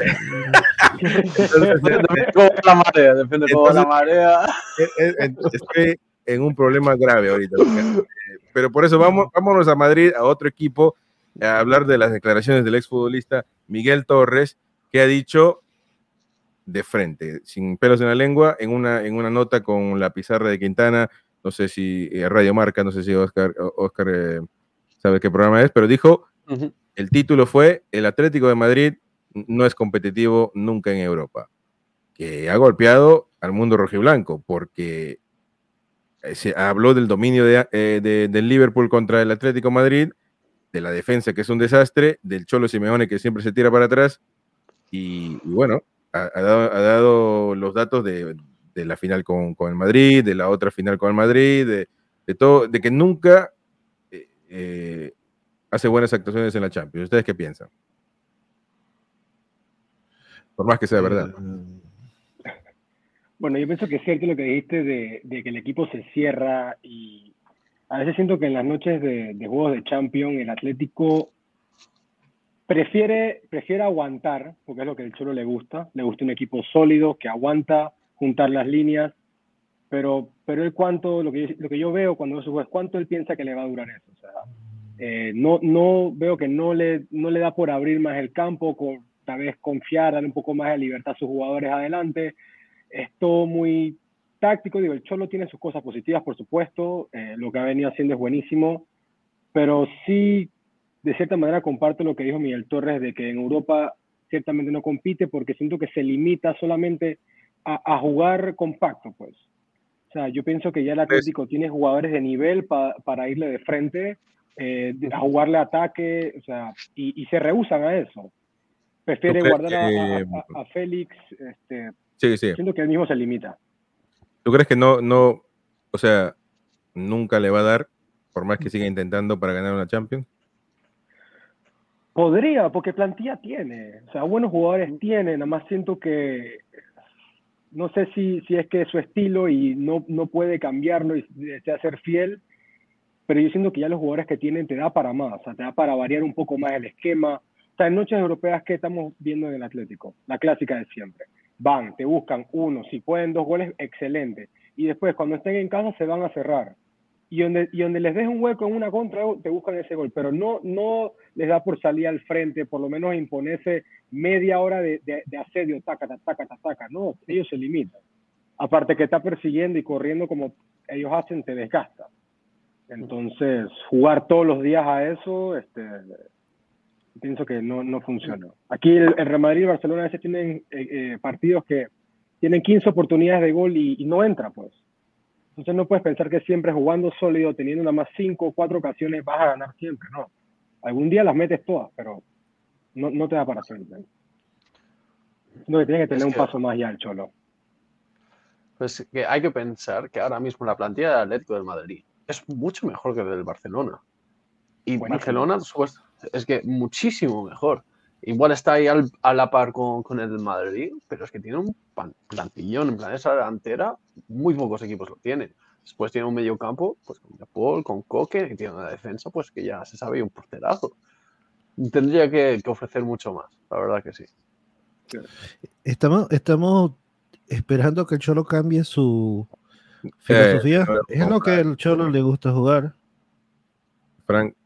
entonces depende cómo va la marea, depende cómo va la marea. Estoy en un problema grave ahorita. Pero por eso vamos, vámonos a Madrid, a otro equipo, a hablar de las declaraciones del exfutbolista Miguel Torres, que ha dicho de frente, sin pelos en la lengua, en una, en una nota con la pizarra de Quintana, no sé si eh, Radio Marca, no sé si Oscar, Oscar eh, sabe qué programa es, pero dijo, uh-huh. El título fue El Atlético de Madrid no es competitivo nunca en Europa, que ha golpeado al mundo rojiblanco, porque se habló del dominio de, eh, de, del Liverpool contra el Atlético de Madrid, de la defensa que es un desastre, del Cholo Simeone que siempre se tira para atrás, y, y bueno, ha, ha, dado, ha dado los datos de, de la final con, con el Madrid, de la otra final con el Madrid, de, de todo, de que nunca eh, eh, hace buenas actuaciones en la Champions. ¿Ustedes qué piensan? Por más que sea verdad. Bueno, yo pienso que es cierto lo que dijiste de, de que el equipo se cierra y a veces siento que en las noches de, de juegos de Champions el Atlético prefiere, prefiere aguantar, porque es lo que el Cholo le gusta, le gusta un equipo sólido que aguanta juntar las líneas, pero, pero él cuánto, lo que, lo que yo veo cuando veo su juego es cuánto él piensa que le va a durar eso. O sea, eh, no, no veo que no le, no le da por abrir más el campo, con, tal vez confiar, darle un poco más de libertad a sus jugadores adelante. Es todo muy táctico, digo, el Cholo tiene sus cosas positivas, por supuesto, eh, lo que ha venido haciendo es buenísimo, pero sí, de cierta manera comparto lo que dijo Miguel Torres, de que en Europa ciertamente no compite porque siento que se limita solamente a, a jugar compacto, pues. O sea, yo pienso que ya el Atlético tiene jugadores de nivel pa, para irle de frente, eh, a jugarle ataque, o sea, y, y se rehúsan a eso. Prefiere guardar que... a, a, a Félix, este, sí, sí. Siento que él mismo se limita. ¿Tú crees que no, no, o sea, nunca le va a dar, por más que siga intentando para ganar una Champions? Podría, porque plantilla tiene, o sea, buenos jugadores tiene, nada más siento que, no sé si, si es que es su estilo y no, no puede cambiarlo y desea ser fiel, pero yo siento que ya los jugadores que tienen te da para más, o sea, te da para variar un poco más el esquema. O sea, en noches europeas que estamos viendo en el Atlético, la clásica de siempre. Van, te buscan uno, si pueden dos goles, excelente. Y después, cuando estén en casa, se van a cerrar. Y donde, y donde les des un hueco en una contra, te buscan ese gol. Pero no, no les da por salir al frente, por lo menos imponerse media hora de, de, de asedio, taca, taca, taca, taca. No, ellos se limitan. Aparte que está persiguiendo y corriendo como ellos hacen, te desgasta. Entonces, jugar todos los días a eso, este... pienso que no, no funciona. Aquí el, el Real Madrid y Barcelona a veces tienen eh, eh, partidos que tienen quince oportunidades de gol y, y no entra, pues. Entonces no puedes pensar que siempre jugando sólido, teniendo nada más cinco o cuatro ocasiones, vas a ganar siempre, no. Algún día las metes todas, pero no, no te da para siempre. No, que tiene que tener es un que, paso más ya el Cholo. Pues que hay que pensar que ahora mismo la plantilla del Atlético del Madrid es mucho mejor que del Barcelona. Y buenísimo. Barcelona pues, es que muchísimo mejor. Igual está ahí al, a la par con, con el Madrid, pero es que tiene un plantillón. En plan, esa delantera, muy pocos equipos lo tienen. Después tiene un medio campo, pues con De Paul, con Coque, y tiene una defensa, pues que ya se sabe, y un porterazo. Tendría que, que ofrecer mucho más, la verdad que sí. Estamos, estamos esperando que el Cholo cambie su filosofía. Eh, no, es lo que al Cholo le gusta jugar. Frank,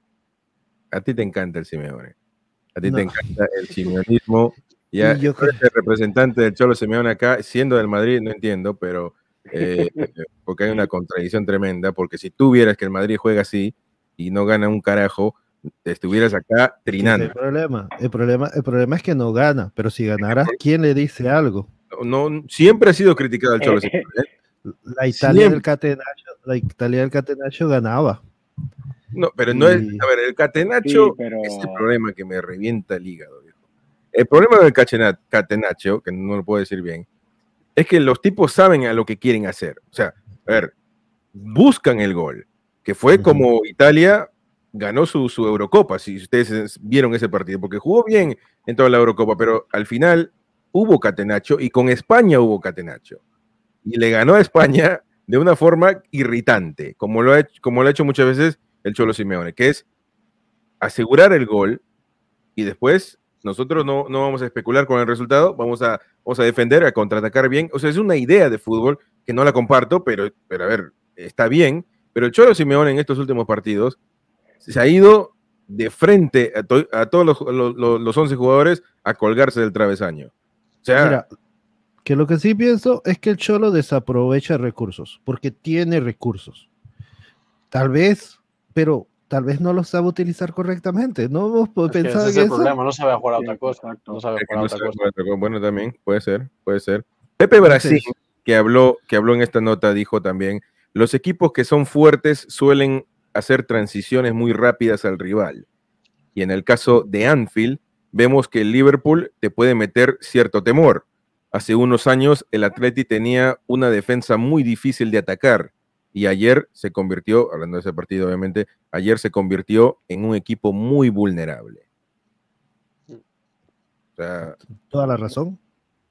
a ti te encanta el Simeone. A ti no. te encanta el simeonismo. Ya yo creo que el representante del Cholo Simeone acá, siendo del Madrid, no entiendo, pero eh, porque hay una contradicción tremenda, porque si tú vieras que el Madrid juega así y no gana un carajo, estuvieras acá trinando. El problema, el problema, el problema es que no gana, pero si ganara, ¿quién le dice algo? No, no siempre ha sido criticado el Cholo Simeone. ¿eh? La Italia siempre. del Catenaccio, la Italia del Catenaccio ganaba. No, pero no es, a ver, el Catenaccio sí, pero... es el problema que me revienta el hígado, viejo. El problema del Catenaccio, que no lo puedo decir bien, es que los tipos saben a lo que quieren hacer. O sea, a ver, buscan el gol, que fue uh-huh. como Italia ganó su, su Eurocopa, si ustedes vieron ese partido, porque jugó bien en toda la Eurocopa, pero al final hubo Catenaccio y con España hubo Catenaccio. Y le ganó a España de una forma irritante, como lo ha hecho, como lo ha hecho muchas veces el Cholo Simeone, que es asegurar el gol y después nosotros no, no vamos a especular con el resultado, vamos a, vamos a defender, a contraatacar bien. O sea, es una idea de fútbol que no la comparto, pero, pero a ver, está bien. Pero el Cholo Simeone en estos últimos partidos se ha ido de frente a, to, a todos los, los, los once jugadores a colgarse del travesaño. O sea, mira, que lo que sí pienso es que el Cholo desaprovecha recursos, porque tiene recursos. Tal vez pero tal vez no lo sabe utilizar correctamente. No hemos es pensado que ese en es el eso. problema, no sabe jugar a otra cosa. No sabe jugar a otra cosa. Bueno, también puede ser, puede ser. Pepe Brasil, que habló, que habló en esta nota, dijo también, los equipos que son fuertes suelen hacer transiciones muy rápidas al rival. Y en el caso de Anfield, vemos que el Liverpool te puede meter cierto temor. Hace unos años el Atleti tenía una defensa muy difícil de atacar. Y ayer se convirtió, hablando de ese partido obviamente, ayer se convirtió en un equipo muy vulnerable. O sea, toda la razón.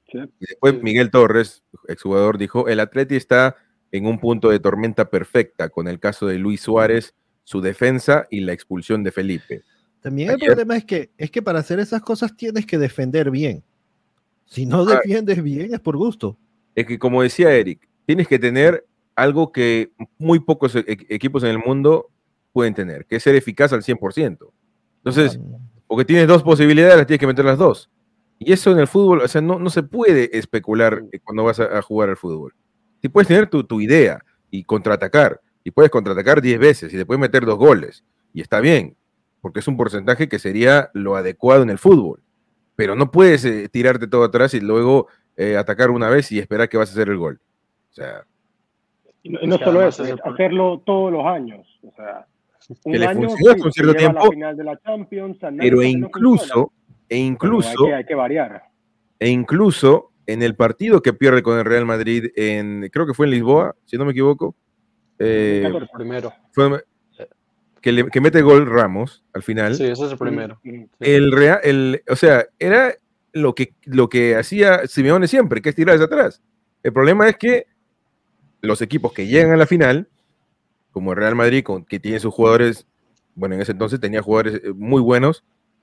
Sí. Y después Sí. Miguel Torres, exjugador, dijo, el Atleti está en un punto de tormenta perfecta con el caso de Luis Suárez, su defensa y la expulsión de Felipe. También Ayer, el problema es que, es que para hacer esas cosas tienes que defender bien. Si no ah, defiendes bien es por gusto. es que como decía Eric, tienes que tener algo que muy pocos e equipos en el mundo pueden tener, que es ser eficaz al cien por ciento. Entonces, porque tienes dos posibilidades, las tienes que meter las dos. Y eso en el fútbol, o sea, no, no se puede especular cuando vas a, a jugar al fútbol. Si puedes tener tu, tu idea y contraatacar, y puedes contraatacar diez veces y después meter dos goles, y está bien, porque es un porcentaje que sería lo adecuado en el fútbol. Pero no puedes eh, tirarte todo atrás y luego eh, atacar una vez y esperar que vas a hacer el gol. O sea, y no, y no Es que solo además eso, es es el pro- hacerlo todos los años. O sea, que un le año funcionó hasta sí, un se cierto lleva a la tiempo, final de la Champions, a nadie pero dice que no funciona, incluso, e pero hay incluso, que, hay que variar. e incluso en el partido que pierde con el Real Madrid, en, creo que fue en Lisboa, si no me equivoco, eh, el primero. fue, que, le, que mete gol Ramos al final. Sí, ese es el primero. Mm, mm. Sí. El Real, el, o sea, era lo que, lo que hacía Simeone siempre, que es tirar hacia atrás. El problema es que los equipos que llegan a la final, como el Real Madrid, con, que tiene sus jugadores, bueno, en ese entonces tenía jugadores eh, muy buenos,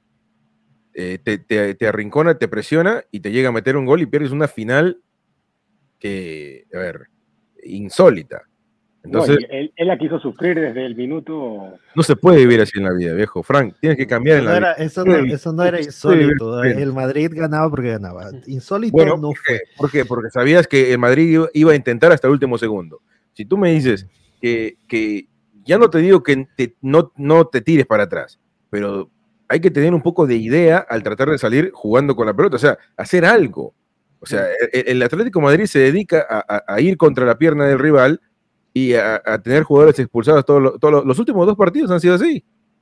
eh, te, te, te arrincona, te presiona y te llega a meter un gol y pierdes una final que, a ver, insólita. Entonces, No, y él, él la quiso sufrir desde el minuto. no se puede vivir así en la vida, viejo. Frank, tienes que cambiar Eso en no la era, vida. eso no, eso no era insólito. Bien. El Madrid ganaba porque ganaba. Insólito Bueno, no ¿por fue. qué? ¿Por qué? Porque sabías que el Madrid iba, iba a intentar hasta el último segundo. Si tú me dices que, que ya no te digo que te, no, no te tires para atrás, pero hay que tener un poco de idea al tratar de salir jugando con la pelota, o sea, hacer algo. O sea, el, el Atlético de Madrid se dedica a, a, a ir contra la pierna del rival y a, a tener jugadores expulsados. Todos los, todos los, los últimos dos partidos han sido así.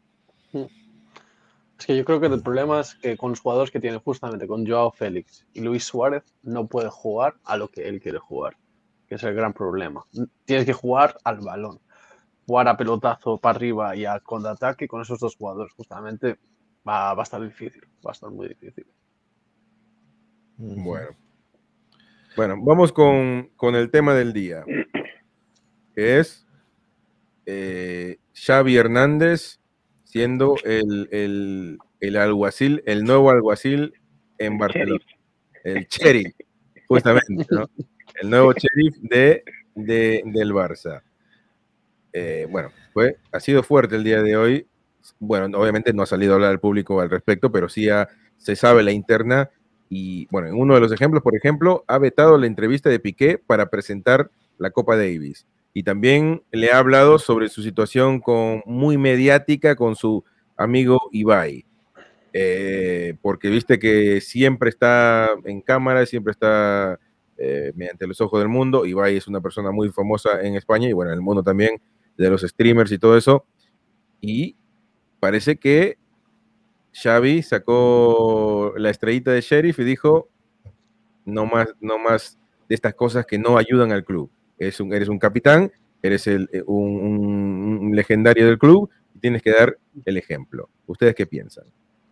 Es que yo creo que el problema es que con los jugadores que tiene justamente con Joao Félix y Luis Suárez no puede jugar a lo que él quiere jugar, que es el gran problema. Tienes que jugar al balón, jugar a pelotazo para arriba y a contraataque con esos dos jugadores. Justamente va, va a estar difícil, va a estar muy difícil. Bueno, bueno vamos con, con el tema del día, que es eh, Xavi Hernández siendo el, el, el alguacil, el nuevo alguacil en Barcelona. El sheriff, justamente, ¿no? El nuevo sheriff de, de, del Barça. Eh, bueno, fue, ha sido fuerte el día de hoy. Bueno, obviamente no ha salido a hablar al público al respecto, pero sí ha, se sabe la interna. Y bueno, en uno de los ejemplos, por ejemplo, ha vetado la entrevista de Piqué para presentar la Copa Davis. Y también le ha hablado sobre su situación con, muy mediática con su amigo Ibai. Eh, porque viste que siempre está en cámara, siempre está eh, mediante los ojos del mundo. Ibai es una persona muy famosa en España y bueno, en el mundo también, de los streamers y todo eso. Y parece que Xavi sacó la estrellita de sheriff y dijo, no más, no más de estas cosas que no ayudan al club. Eres un, eres un capitán, eres el, un, un, un legendario del club y tienes que dar el ejemplo. ¿Ustedes qué piensan?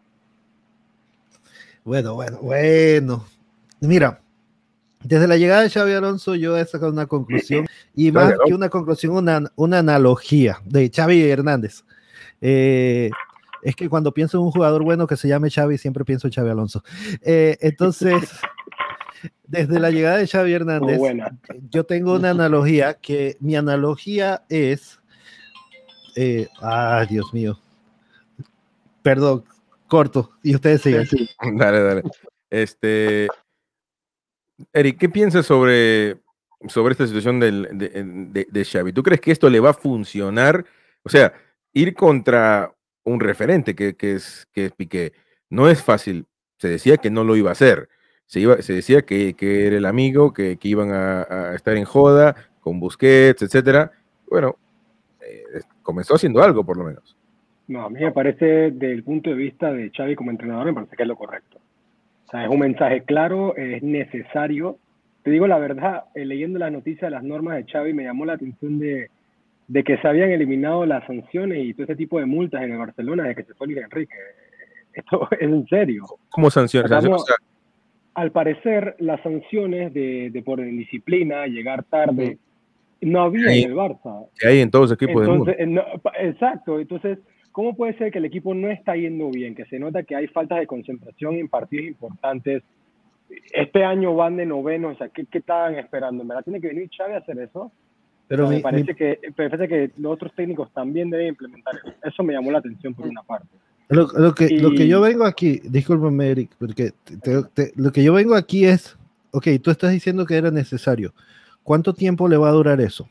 Bueno, bueno, bueno. Mira, desde la llegada de Xabi Alonso yo he sacado una conclusión y más Claro. que una conclusión, una, una analogía de Xavi Hernández. Eh, es que cuando pienso en un jugador bueno que se llame Xavi, siempre pienso en Xabi Alonso. Eh, entonces, desde la llegada de Xavi Hernández, yo tengo una analogía que mi analogía es... Eh, ah, Dios mío. Perdón, corto. Y ustedes sigan. Dale, dale. Este, Eric, ¿qué piensas sobre, sobre esta situación del, de, de, de Xavi? ¿Tú crees que esto le va a funcionar? O sea, ir contra un referente que, que, es, que es Piqué no es fácil. Se decía que no lo iba a hacer. Se, iba, se decía que, que era el amigo, que, que iban a, a estar en joda con Busquets, etcétera. Bueno, eh, comenzó haciendo algo, por lo menos. No, a mí me parece, desde el punto de vista de Xavi como entrenador, me parece que es lo correcto. O sea, es un mensaje claro, es necesario. Te digo la verdad, eh, leyendo las noticias de las normas de Xavi, me llamó la atención de, de que se habían eliminado las sanciones y todo ese tipo de multas en el Barcelona desde que se fue Luis Enrique. Esto es en serio. ¿Cómo sanciones? Estamos, O sea, al parecer las sanciones de, de por indisciplina, llegar tarde, no había hay, en el Barça. Que hay en todos los equipos entonces, del mundo. No, exacto, entonces, ¿cómo puede ser que el equipo no está yendo bien? Que se nota que hay falta de concentración en partidos importantes. Este año van de noveno, o sea, ¿qué, qué estaban esperando? ¿En verdad tiene que venir Xavi a hacer eso? Pero o sea, mi, me parece, mi... que, me parece que los otros técnicos también deben implementar eso. Eso me llamó la atención por una parte. Lo, lo, que, y... lo que yo vengo aquí, discúlpame, Eric, porque te, te, lo que yo vengo aquí es, ok, tú estás diciendo que era necesario. ¿Cuánto tiempo le va a durar eso?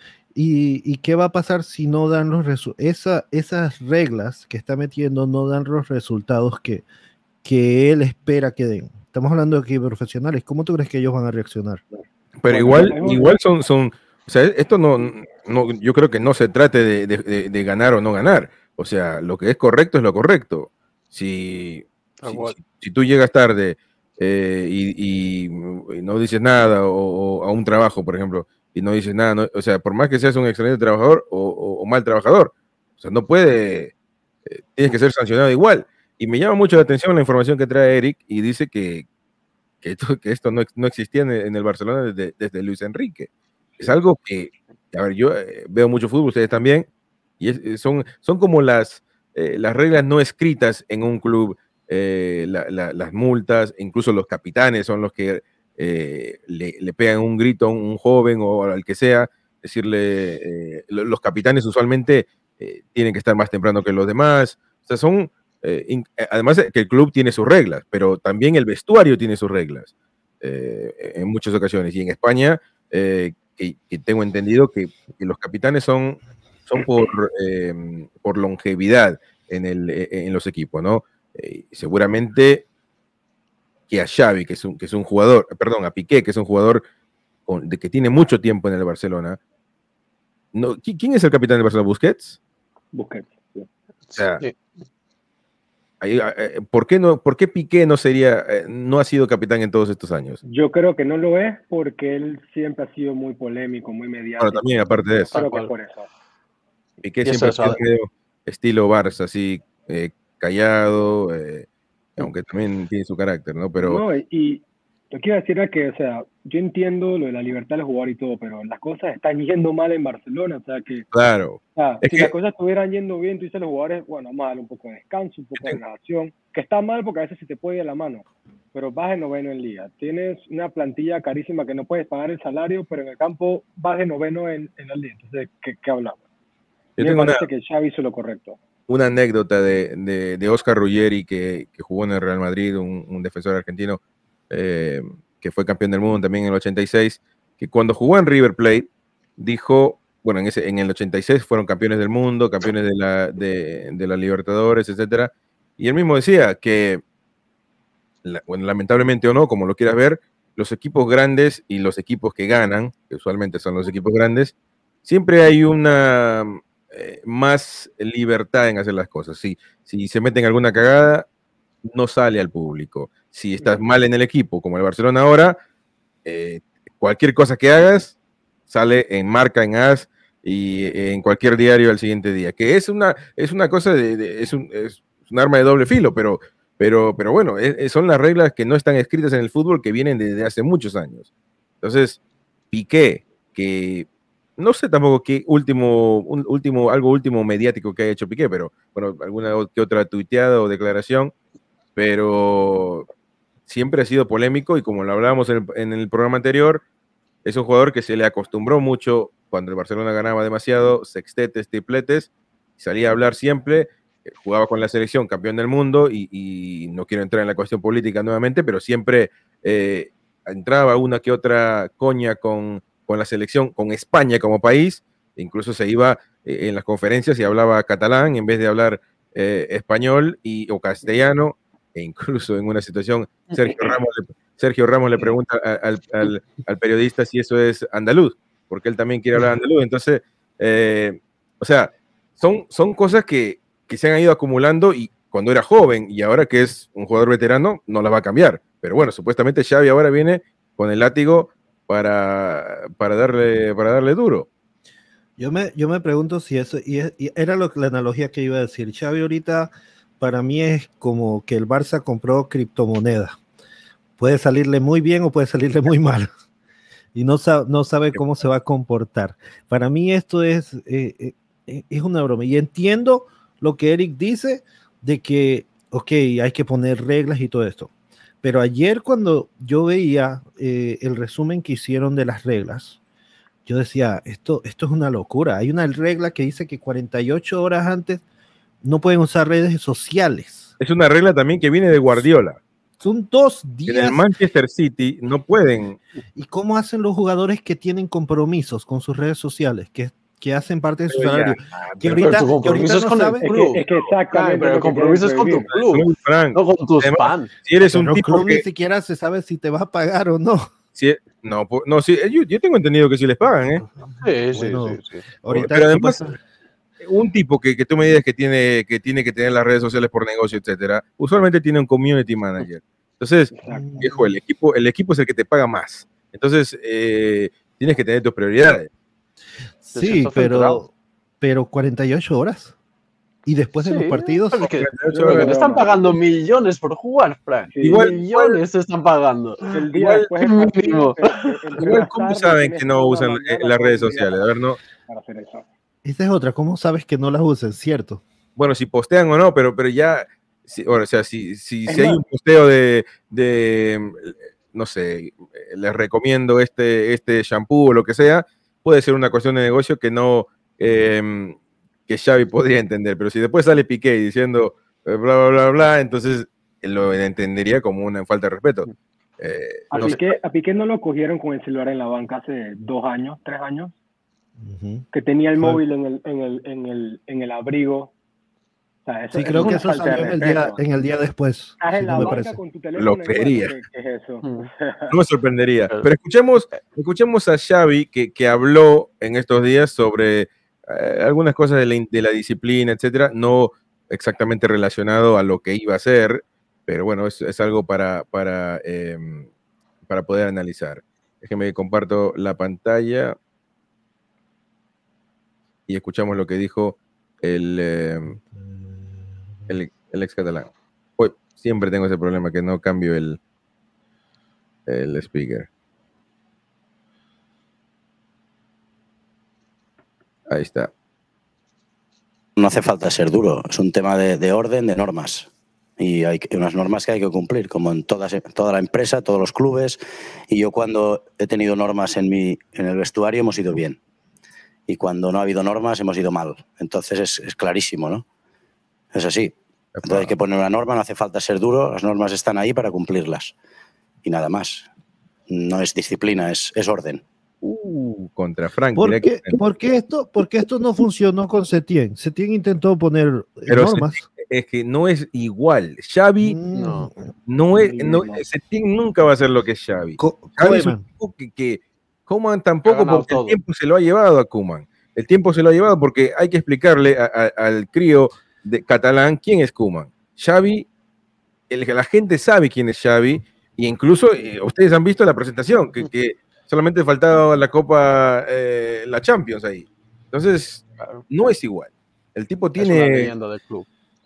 ¿Y, y qué va a pasar si no dan los resultados? Esa, esas reglas que está metiendo no dan los resultados que, que él espera que den. Estamos hablando de aquí de profesionales. ¿Cómo tú crees que ellos van a reaccionar? Pero bueno, igual, igual son, son, o sea, esto no, no, yo creo que no se trate de, de, de ganar o no ganar. O sea, lo que es correcto es lo correcto. Si, si, si, si tú llegas tarde eh, y, y, y no dices nada, o, o a un trabajo, por ejemplo, y no dices nada, no, o sea, por más que seas un excelente trabajador o, o, o mal trabajador, o sea, no puede, eh, tienes que ser sancionado igual. Y me llama mucho la atención la información que trae Eric y dice que, que, esto, que esto no, no existía en, en el Barcelona desde, desde Luis Enrique. Es algo que, a ver, yo eh, veo mucho fútbol, ustedes también, y es, son, son como las, eh, las reglas no escritas en un club, eh, la, la, las multas, incluso los capitanes son los que eh, le, le pegan un grito a un joven o al que sea, decirle, eh, los capitanes usualmente eh, tienen que estar más temprano que los demás, o sea, son... Eh, in, además que el club tiene sus reglas, pero también el vestuario tiene sus reglas eh, en muchas ocasiones. Y en España, eh, que, que tengo entendido que, que los capitanes son, son por, eh, por longevidad en, el, en los equipos, ¿no? Eh, seguramente que a Xavi, que es, un, que es un jugador, perdón, a Piqué, que es un jugador con, de que tiene mucho tiempo en el Barcelona. No, ¿quién es el capitán del Barcelona? ¿Busquets? Busquets, sí. O sea, sí. ¿Por qué, no, ¿Por qué Piqué no sería, no ha sido capitán en todos estos años? Yo creo que no lo es porque él siempre ha sido muy polémico, muy mediático. Bueno, también aparte de eso. Creo que es por eso. Piqué siempre ha sido estilo Barça, así eh, callado, eh, aunque también tiene su carácter, ¿no? Pero no, y lo que iba a decir es que, o sea, yo entiendo lo de la libertad de jugar y todo, pero las cosas están yendo mal en Barcelona, o sea que... Claro. O sea, es si que, las cosas estuvieran yendo bien, tú dices a los jugadores, bueno, vamos a darle un poco de descanso, un poco de relajación, que está mal porque a veces se te puede ir a la mano, pero vas de noveno en liga. Tienes una plantilla carísima que no puedes pagar el salario, pero en el campo vas de noveno en, en la liga. Entonces, ¿qué, qué hablamos? Yo me tengo parece una, que Xavi hizo lo correcto. Una anécdota de, de, de Oscar Ruggeri, que, que jugó en el Real Madrid, un, un defensor argentino, eh, que fue campeón del mundo también en el ochenta y seis, que cuando jugó en River Plate, dijo, bueno, en, ese, en el ochenta y seis fueron campeones del mundo, campeones de la, de, de la Libertadores, etcétera, y él mismo decía que, la, bueno, lamentablemente o no, como lo quieras ver, los equipos grandes y los equipos que ganan, que usualmente son los equipos grandes, siempre hay una eh, más libertad en hacer las cosas. Si, si se meten alguna cagada, no sale al público. Si estás mal en el equipo, como el Barcelona ahora, eh, cualquier cosa que hagas sale en marca, en as y en cualquier diario al siguiente día. Que es una, es una cosa, de, de, es, un, es un arma de doble filo, pero, pero, pero bueno, es, son las reglas que no están escritas en el fútbol que vienen desde hace muchos años. Entonces, Piqué, que no sé tampoco qué último, un, último, algo último mediático que haya hecho Piqué, pero bueno, alguna que otra tuiteada o declaración, pero siempre ha sido polémico y como lo hablábamos en el, en el programa anterior, es un jugador que se le acostumbró mucho cuando el Barcelona ganaba demasiado, sextetes, tripletes, salía a hablar siempre, jugaba con la selección, campeón del mundo, y, y no quiero entrar en la cuestión política nuevamente, pero siempre eh, entraba una que otra coña con, con la selección, con España como país, incluso se iba eh, en las conferencias y hablaba catalán en vez de hablar eh, español y, o castellano, e incluso en una situación, Sergio Ramos le, Sergio Ramos le pregunta al, al, al periodista si eso es andaluz, porque él también quiere hablar andaluz. Entonces, eh, o sea, son, son cosas que, que se han ido acumulando y cuando era joven y ahora que es un jugador veterano, no las va a cambiar. Pero bueno, supuestamente Xavi ahora viene con el látigo para, para, darle, para darle duro. Yo me, yo me pregunto si eso, y, es, y era lo, la analogía que iba a decir, Xavi ahorita para mí es como que el Barça compró criptomonedas, puede salirle muy bien o puede salirle muy mal. Y no, sa no sabe cómo se va a comportar. Para mí esto es, eh, eh, es una broma. Y entiendo lo que Eric dice de que, ok, hay que poner reglas y todo esto. Pero ayer cuando yo veía eh, el resumen que hicieron de las reglas, yo decía, esto, esto es una locura. Hay una regla que dice que cuarenta y ocho horas antes no pueden usar redes sociales. Es una regla también que viene de Guardiola. Son dos días. En el Manchester City no pueden. ¿Y cómo hacen los jugadores que tienen compromisos con sus redes sociales, que, que hacen parte de su Pero salario? ya, que pero- ahorita, Pero tu que compromiso ahorita es no con el saben, club. Es que exactamente Ay, pero lo el que compromiso es con tu quieren club, Muy Frank. no con tus Además, fans. Si eres un pero tipo club que... ni siquiera se sabe si te vas a pagar o no. si- no, po- no sí, yo, yo tengo entendido que sí les pagan, ¿eh? Sí, sí, Bueno, sí, sí. ahorita Pero además, supuesta- un tipo que, que tú me digas que tiene, que tiene que tener las redes sociales por negocio, etcétera, usualmente tiene un community manager. Entonces, Exacto. viejo, el equipo, el equipo es el que te paga más. Entonces, eh, tienes que tener tus prioridades. sí, está pero, centrado. pero cuarenta y ocho horas. Y después de Sí, los partidos, pero es que, cuarenta y ocho pero que horas. te están pagando millones por jugar, Frank. Sí. Igual- millones te están pagando. El día Igual- después del mínimo. partido, que- el- el- Igual, más ¿cómo tarde saben tienes que no toda usan la eh, mañana, las todo redes el día sociales? A ver, no. para hacer eso. esa es otra. ¿Cómo sabes que no las usen? Cierto. Bueno, si postean o no, pero, pero ya, si, o sea, si, si, Es si hay más- un posteo de, de, no sé, eh, les recomiendo este, este shampoo o lo que sea, puede ser una cuestión de negocio que no, eh, que Xavi podría entender, pero si después sale Piqué diciendo eh, bla, bla, bla, bla, entonces lo entendería como una falta de respeto. Eh, A, no sé. Piqué, a Piqué no lo cogieron con el celular en la banca hace dos años, tres años, Ujú. que tenía el Fue- móvil en el, en el, en el, en el abrigo. O sea, eso, Sí, eso creo es que una eso falta de salió en el, día, respeto. en el día después. Estás si en la no me banca parece. con tu teléfono Lo en mano, creería. ¿qué, qué es eso? Mm. No me sorprendería. Pero- Pero escuchemos, escuchemos a Xavi que, que habló en estos días sobre eh, algunas cosas de la, in- de la disciplina, etcétera, no exactamente relacionado a lo que iba a hacer, pero bueno, es, es algo para, para, eh, para poder analizar. Déjenme que comparto la pantalla y escuchamos lo que dijo el, eh, el, el ex catalán. Uy, siempre tengo ese problema que no cambio el, el speaker. Ahí está. No hace falta ser duro, es un tema de, de orden, de normas. Y hay que- unas normas que hay que cumplir, como en todas, toda la empresa, todos los clubes. Y yo cuando he tenido normas en, mi, en el vestuario hemos ido bien. Y cuando no ha habido normas hemos ido mal. Entonces es, es clarísimo, ¿no? Es así. Entonces hay que poner una norma, no hace falta ser duro, las normas están ahí para cumplirlas. Y nada más. No es disciplina, es, es orden. Uh, contra Frank. ¿Por qué, directamente. por qué esto, porque esto no funcionó con Setién? Setién intentó poner eh, Pero normas. Es que no es igual. Xavi Mm, No. no es, Muy no, bien, ¿no? Setién nunca va a ser lo que es Xavi. Co- Xavi es un Koeman. tipo que, que Koeman tampoco, Ha ganado porque el todo. tiempo se lo ha llevado a Koeman. El tiempo se lo ha llevado porque hay que explicarle a- a- al crío de catalán quién es Koeman. Xavi, el, la gente sabe quién es Xavi, e incluso eh, ustedes han visto la presentación, que, que solamente faltaba la Copa, eh, la Champions ahí. Entonces, Claro. no es igual. El tipo Es una tiene... leyenda del club.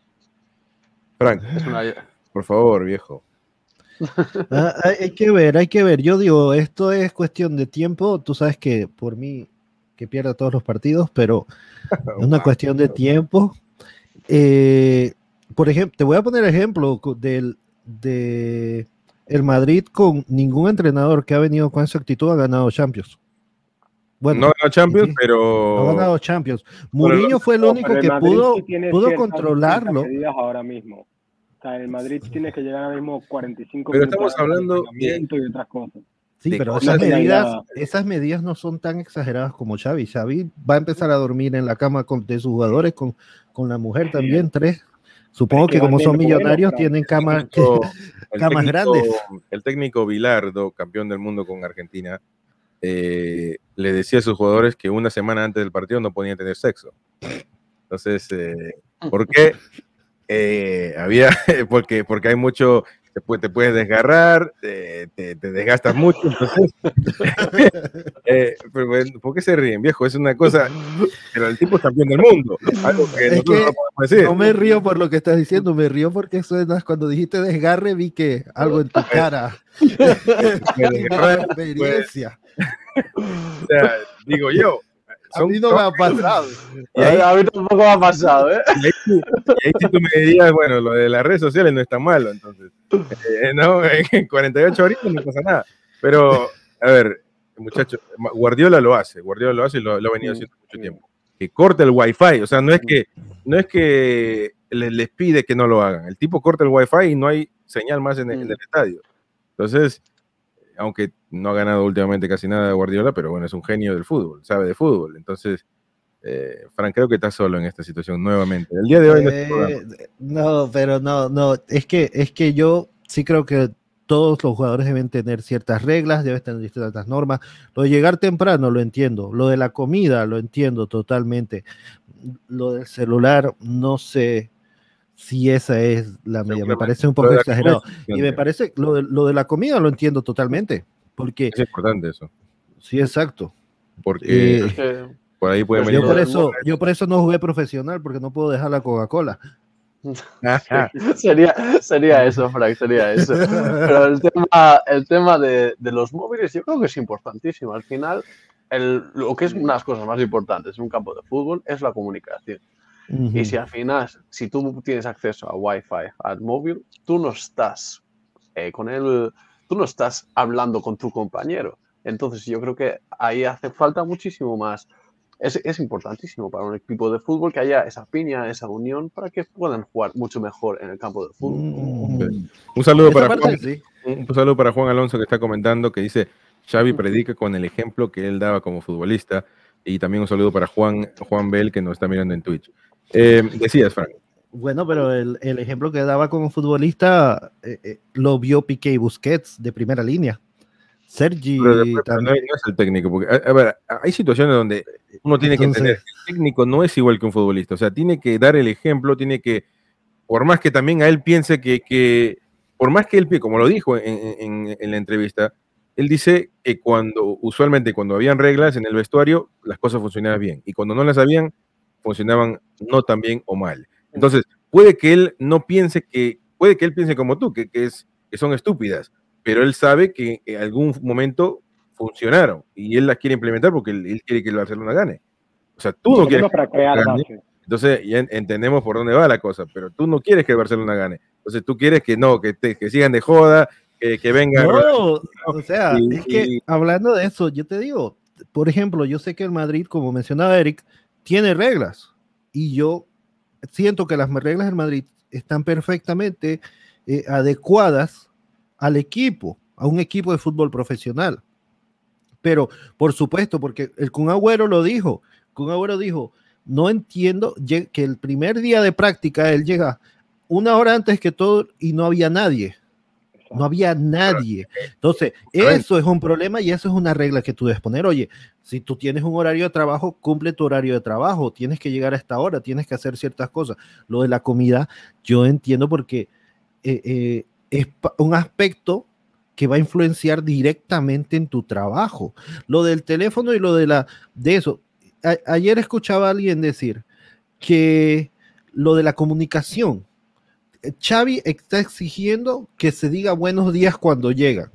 Frank, Es una... por favor, viejo. Ah, hay, hay que ver, hay que ver. Yo digo, esto es cuestión de tiempo. Tú sabes que por mí que pierda todos los partidos, pero es una cuestión de tiempo. Eh, por ejemplo, te voy a poner ejemplo co- del de el Madrid con ningún entrenador que ha venido con esa actitud ha ganado Champions. Bueno, no ganó Champions, sí, pero... no ha ganado Champions. Bueno, Mourinho fue el No, único pero el que Madrid pudo, sí tiene pudo ciertas- controlarlo. ciertas medidas ahora mismo. O sea, el Madrid tiene que llegar ahora mismo cuarenta y cinco Pero minutos estamos de hablando entrenamiento y otras cosas. Sí, de pero cosas esas que medidas, haya- esas medidas no son tan exageradas como Xavi. Xavi va a empezar a dormir en la cama con, de sus jugadores, con, con la mujer también, tres. Supongo Es que que van como de son nuevo, millonarios Fran. tienen camas. técnico- el camas técnico- grandes. El técnico Bilardo, campeón del mundo con Argentina, eh, le decía a sus jugadores que una semana antes del partido no podían tener sexo. Entonces, eh, ¿por qué? Eh, había, porque, porque hay mucho, después te puedes desgarrar, te, te, te desgastas mucho, entonces, eh, pero, ¿por qué se ríen, viejo? Es una cosa, pero el tipo es campeón del mundo, algo que es nosotros que no podemos decir. No me río por lo que estás diciendo, me río porque suenas, cuando dijiste desgarre vi que algo en tu cara. Experiencia. O sea, digo yo. A mí no me ha pasado. Y ahí, a mí tampoco me ha pasado, ¿eh? Y ahí, y ahí si tú me dirías, bueno, lo de las redes sociales no es tan malo, entonces. Eh, no, en cuarenta y ocho horitas no pasa nada. Pero, a ver, muchachos, Guardiola lo hace, Guardiola lo hace y lo, lo ha venido haciendo mucho tiempo. Que corta el wifi, o sea, no es que, no es que les, les pide que no lo hagan. El tipo corta el wifi y no hay señal más en el, en el estadio. Entonces, aunque no ha ganado últimamente casi nada de Guardiola, pero bueno, es un genio del fútbol, sabe de fútbol. Entonces, eh, Frank, creo que estás solo en esta situación nuevamente. El día de hoy eh, no, pero no, no, es que, es que yo sí creo que todos los jugadores deben tener ciertas reglas, deben tener ciertas normas. Lo de llegar temprano lo entiendo, lo de la comida lo entiendo totalmente. Lo del celular, no sé si esa es la medida, me parece un poco exagerado. Y me parece, lo de, lo de la comida lo entiendo totalmente, porque... Es importante eso. Sí, exacto. Porque eh, por ahí puede venir... Yo por, eso, yo por eso no jugué profesional, porque no puedo dejar la Coca-Cola. sería, sería eso, Frank, sería eso. Pero el tema, el tema de, de los móviles yo creo que es importantísimo. Al final, el, lo que es una de las cosas más importantes en un campo de fútbol es la comunicación. Uh-huh. Y si al final, si tú tienes acceso a Wi-Fi, al móvil, tú no estás eh, con él, tú no estás hablando con tu compañero. Entonces yo creo que ahí hace falta muchísimo más. Es, es importantísimo para un equipo de fútbol que haya esa piña, esa unión, para que puedan jugar mucho mejor en el campo de fútbol. Uh-huh. Un saludo para parte, Juan, sí. un saludo para Juan Alonso, que está comentando, que dice: Xavi predica con el ejemplo que él daba como futbolista. Y también un saludo para Juan, Juan Bell, que nos está mirando en Twitch. Eh, decías, Frank. Bueno, pero el, el ejemplo que daba como futbolista eh, eh, lo vio Piqué y Busquets de primera línea. Sergi pero después, pero no, no es el técnico, porque a, a ver, hay situaciones donde uno tiene Entonces, que entender que el técnico no es igual que un futbolista, o sea, tiene que dar el ejemplo, tiene que, por más que también a él piense que, que por más que él, como lo dijo en, en, en la entrevista, él dice que cuando, usualmente cuando habían reglas en el vestuario, las cosas funcionaban bien, y cuando no las habían, funcionaban no tan bien o mal. Entonces, puede que él no piense que, puede que él piense como tú, que, que, es, que son estúpidas, pero él sabe que en algún momento funcionaron y él las quiere implementar porque él, él quiere que el Barcelona gane. O sea, tú no quieres para crear base. Entonces ya entendemos por dónde va la cosa, pero tú no quieres que el Barcelona gane. Entonces tú quieres que no, que, te, que sigan de joda, que, que vengan. No, o sea, y, es que y... hablando de eso, yo te digo, por ejemplo, yo sé que el Madrid, como mencionaba Eric, tiene reglas y yo siento que las reglas del Madrid están perfectamente eh, adecuadas al equipo, a un equipo de fútbol profesional. Pero, por supuesto, porque el Kun Agüero lo dijo, Kun Agüero dijo, no entiendo que el primer día de práctica él llega una hora antes que todo y no había nadie. No había nadie. Entonces, eso es un problema y eso es una regla que tú debes poner. Oye, si tú tienes un horario de trabajo, cumple tu horario de trabajo. Tienes que llegar a esta hora, tienes que hacer ciertas cosas. Lo de la comida, yo entiendo porque eh, eh, es un aspecto que va a influenciar directamente en tu trabajo. Lo del teléfono y lo de la de eso. A, ayer escuchaba a alguien decir que lo de la comunicación, Xavi está exigiendo que se diga buenos días cuando llegan.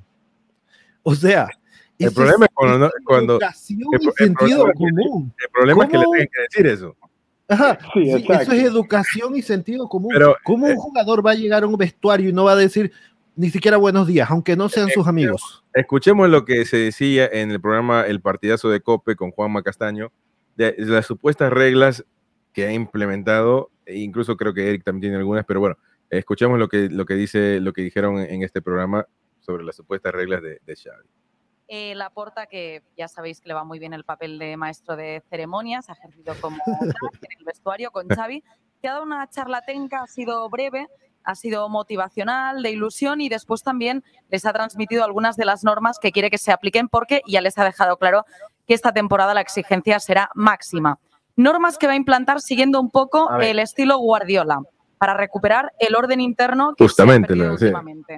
O sea, el problema es cuando, no, cuando educación el, y sentido el común. El problema es que le tengan que decir eso. Ajá, sí, sí, eso es educación y sentido común. Pero, ¿cómo eh, un jugador va a llegar a un vestuario y no va a decir ni siquiera buenos días, aunque no sean eh, sus amigos? Escuchemos lo que se decía en el programa El Partidazo de COPE con Juanma Castaño, de las supuestas reglas que ha implementado, e incluso creo que Eric también tiene algunas, pero bueno, escuchemos lo que, lo que dice, lo que dijeron en este programa sobre las supuestas reglas de, de Xavi. Eh, Laporta, que ya sabéis que le va muy bien el papel de maestro de ceremonias, ha ejercido como en el vestuario con Xavi, que ha dado una charla técnica, ha sido breve, ha sido motivacional, de ilusión, y después también les ha transmitido algunas de las normas que quiere que se apliquen porque ya les ha dejado claro que esta temporada la exigencia será máxima. Normas que va a implantar siguiendo un poco el estilo Guardiola para recuperar el orden interno que Justamente, se ha perdido sí. últimamente.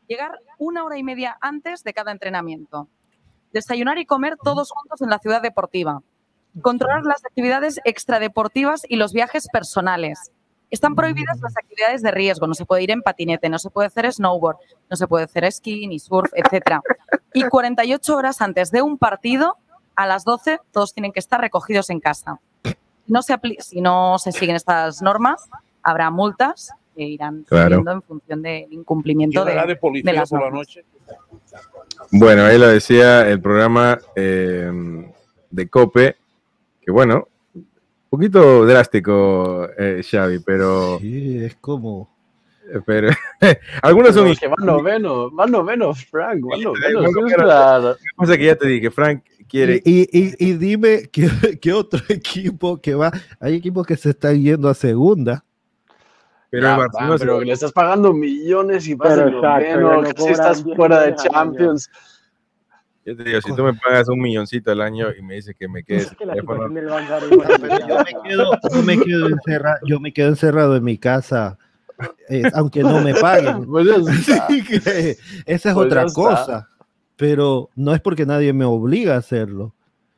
llegar una hora y media antes de cada entrenamiento, desayunar y comer todos juntos en la ciudad deportiva, controlar las actividades extradeportivas y los viajes personales. Están prohibidas las actividades de riesgo, no se puede ir en patinete, no se puede hacer snowboard, no se puede hacer esquí, ni surf, etcétera. Y cuarenta y ocho horas antes de un partido, a las doce, todos tienen que estar recogidos en casa. No se si no se siguen estas normas, habrá multas que irán claro. subiendo en función del incumplimiento de, de, policía de las por normas. La noche? Bueno, ahí lo decía el programa eh, de COPE, que bueno, un poquito drástico, eh, Xavi, pero... Sí, es como... Pero, algunos son... Pero que van novenos, van novenos, Frank, van novenos. Lo que pasa es que ya te dije, Frank quiere... Y, y, y dime ¿qué, qué otro equipo que va... Hay equipos que se están yendo a segunda. Pero, ya, el Barcelona va, pero se... le estás pagando millones y vas Pero de exacto, noveno, no que si estás fuera de Champions... Yo te digo, si tú me pagas un milloncito al año y me dices que me quedes Es que la teléfono... situación del Barça ahora mismo es Yo me quedo, yo me quedo, encerrado, yo me quedo encerrado en mi casa, eh, aunque no me paguen. Pues ya está. Así que esa es Pues otra ya cosa. está. Pero no es porque nadie me obliga a hacerlo.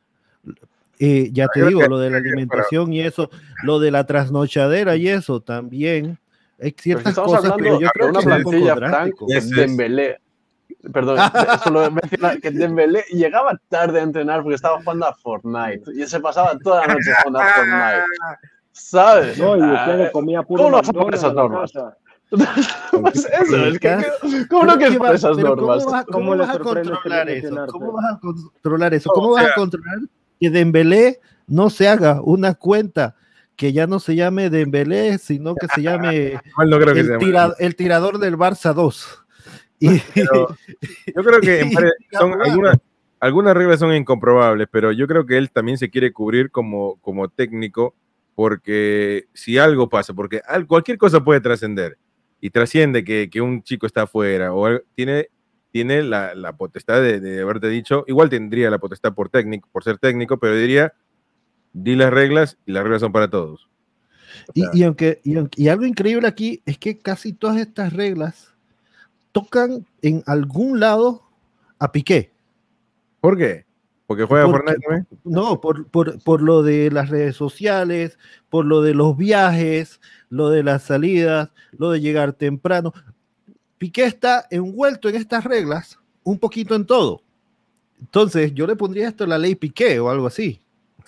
Eh, ya te Creo digo, que- lo de la alimentación y eso, lo de la trasnochadera y eso también. Hay Pero si ciertas estamos cosas, hablando pero yo de creo una que es un poco plantilla, Frank, drástico. Yes. Dembélé. Perdón, solo mencionar que Dembélé llegaba tarde a entrenar porque estaba jugando a Fortnite y se pasaba toda la noche jugando a Fortnite. ¿Sabes? No, y decía que Ah, comía puro ¿Cómo no vas a poner McDonald's esas en la normas? casa. Pues eso, es que, ¿cómo Pero no quieres ¿qué poner va- esas pero normas? ¿Cómo vas, ¿Cómo cómo le vas a sorprende controlar este eso? mencionarte? ¿Cómo vas a controlar eso? No, ¿Cómo o vas sea- a controlar que Dembélé no se haga una cuenta que ya no se llame Dembélé, sino que se llame Igual no creo que el, sea tira- el tirador del Barça dos? Y, Pero yo creo que en y parte siga son jugando. algunas, algunas reglas son incomprobables, pero yo creo que él también se quiere cubrir como, como técnico, porque si algo pasa, porque al- cualquier cosa puede trascender y trasciende que, que un chico está afuera o al- tiene, tiene la, la potestad de, de haberte dicho, igual tendría la potestad por técnico, por ser técnico, pero diría, di las reglas y las reglas son para todos. Y, y aunque, y aunque- y algo increíble aquí es que casi todas estas reglas tocan en algún lado a Piqué. ¿Por qué? Porque juega Porque- Fortnite también. No, por, por, por lo de las redes sociales, por lo de los viajes, lo de las salidas, lo de llegar temprano. Piqué está envuelto en estas reglas un poquito en todo. Entonces, yo le pondría esto la ley Piqué o algo así.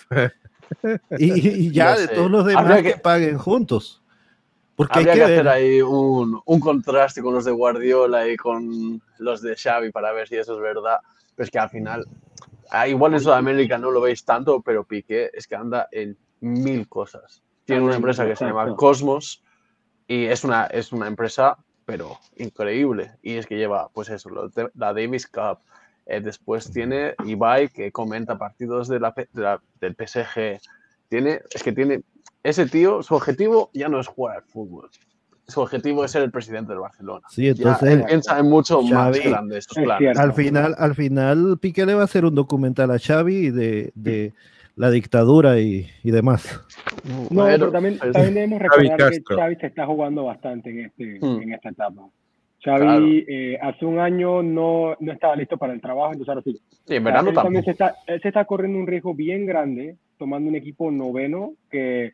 Y, y ya No de sé. todos los demás Habría que, que- paguen juntos. Porque hay Habría que, que ver. hacer ahí un, un contraste con los de Guardiola y con los de Xavi para ver si eso es verdad. Pero es que al final, ah, igual en Sudamérica no lo veis tanto, pero Piqué es que anda en mil cosas. Tiene una empresa que se llama Exacto. Cosmos y es una, es una empresa, pero increíble. Y es que lleva, pues eso, lo de- la Davis Cup. Eh, después tiene Ibai, que comenta partidos de la, P- de la- del P S G. Tiene, es que tiene, ese tío, su objetivo ya no es jugar al fútbol. Su objetivo es ser el presidente del Barcelona. Sí, Ya entonces él piensa en mucho más Xavi- grande esos Es planes. cierto. al final, al final Piqué le va a hacer un documental a Xavi de, de la dictadura y, y demás. No, Bueno, pero también, pues, también debemos Xavi recordar que Castro. Xavi se está jugando bastante en, este, Hmm. en esta etapa. Xavi Claro. eh, hace un año no, no estaba listo para el trabajo, entonces ahora sí. y en O sea, verano él también tampoco. se está, él se está corriendo un riesgo bien grande, tomando un equipo noveno que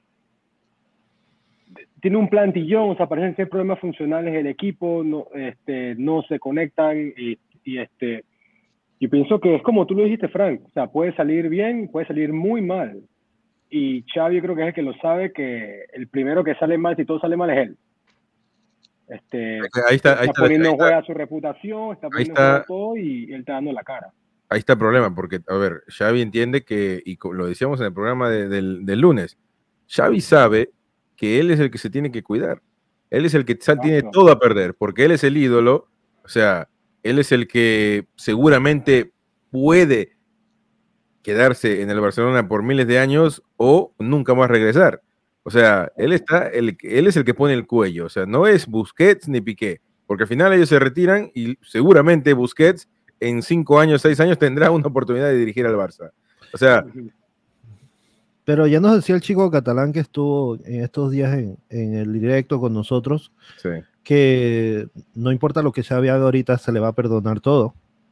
tiene un plantillón, o sea, parecen ser problemas funcionales del equipo, no, este, no se conectan y, y este, yo pienso que es como tú lo dijiste, Frank, o sea, puede salir bien, puede salir muy mal. Y Xavi creo que es el que lo sabe, que el primero que sale mal, si todo sale mal, es él. Este, Ahí está, ahí está está, poniendo ahí en está- juego su reputación, está poniendo en está. juego todo y él está dando la cara. ahí está el problema, porque, a ver, Xavi entiende que, y co- lo decíamos en el programa de- del, del lunes, Xavi sabe que él es el que se tiene que cuidar. Él es el que sa- tiene Exacto. todo a perder, porque él es el ídolo, o sea, él es el que seguramente puede quedarse en el Barcelona por miles de años o nunca más regresar. O sea, él está, el, él es el que pone el cuello, o sea, no es Busquets ni Piqué, porque al final ellos se retiran y seguramente Busquets en cinco años, seis años tendrá una oportunidad de dirigir al Barça. O sea, Pero ya nos decía el chico catalán que estuvo en estos días en, en el directo con nosotros, sí. que no importa lo que Xavi haga ahorita, se le va a perdonar todo.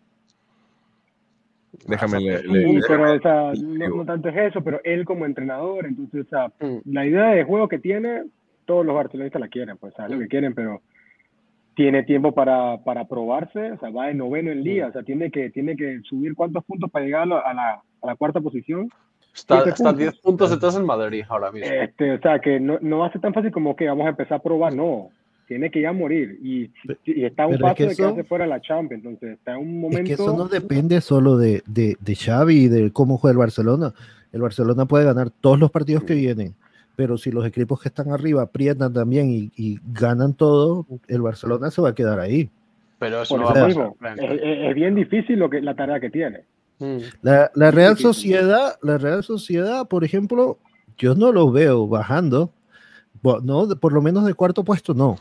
Déjame Sí, le, le, pero déjame, o sea, no, no tanto es eso, pero él como entrenador, entonces, o sea, Mm. la idea de juego que tiene, todos los barcelonistas la quieren, pues, sabes lo que quieren, pero tiene tiempo para, para probarse, o sea, va de noveno en liga, o sea, tiene que, tiene que subir cuántos puntos para llegar a la, a la, a la cuarta posición. Está, Siete está puntos. diez puntos detrás en Madrid ahora mismo. Este, o sea, que no, no va a ser tan fácil como que vamos a empezar a probar, no. Tiene que ya morir. Y, y está a un Pero es paso que de eso- quedarse fuera de la Champions. Entonces, está en un momento. Es que eso no depende solo de, de, de Xavi y de cómo juega el Barcelona. El Barcelona puede ganar todos los partidos que vienen, pero si los equipos que están arriba aprietan también y, y ganan todo, el Barcelona se va a quedar ahí. Pero eso Por no va eso a mismo, pasar. es, es- es bien difícil lo que, la tarea que tiene. Mm. La, la Real Sí, sí, sí. Sociedad, la Real Sociedad, por ejemplo, yo no lo veo bajando, Bo- no, de- por lo menos de cuarto puesto no.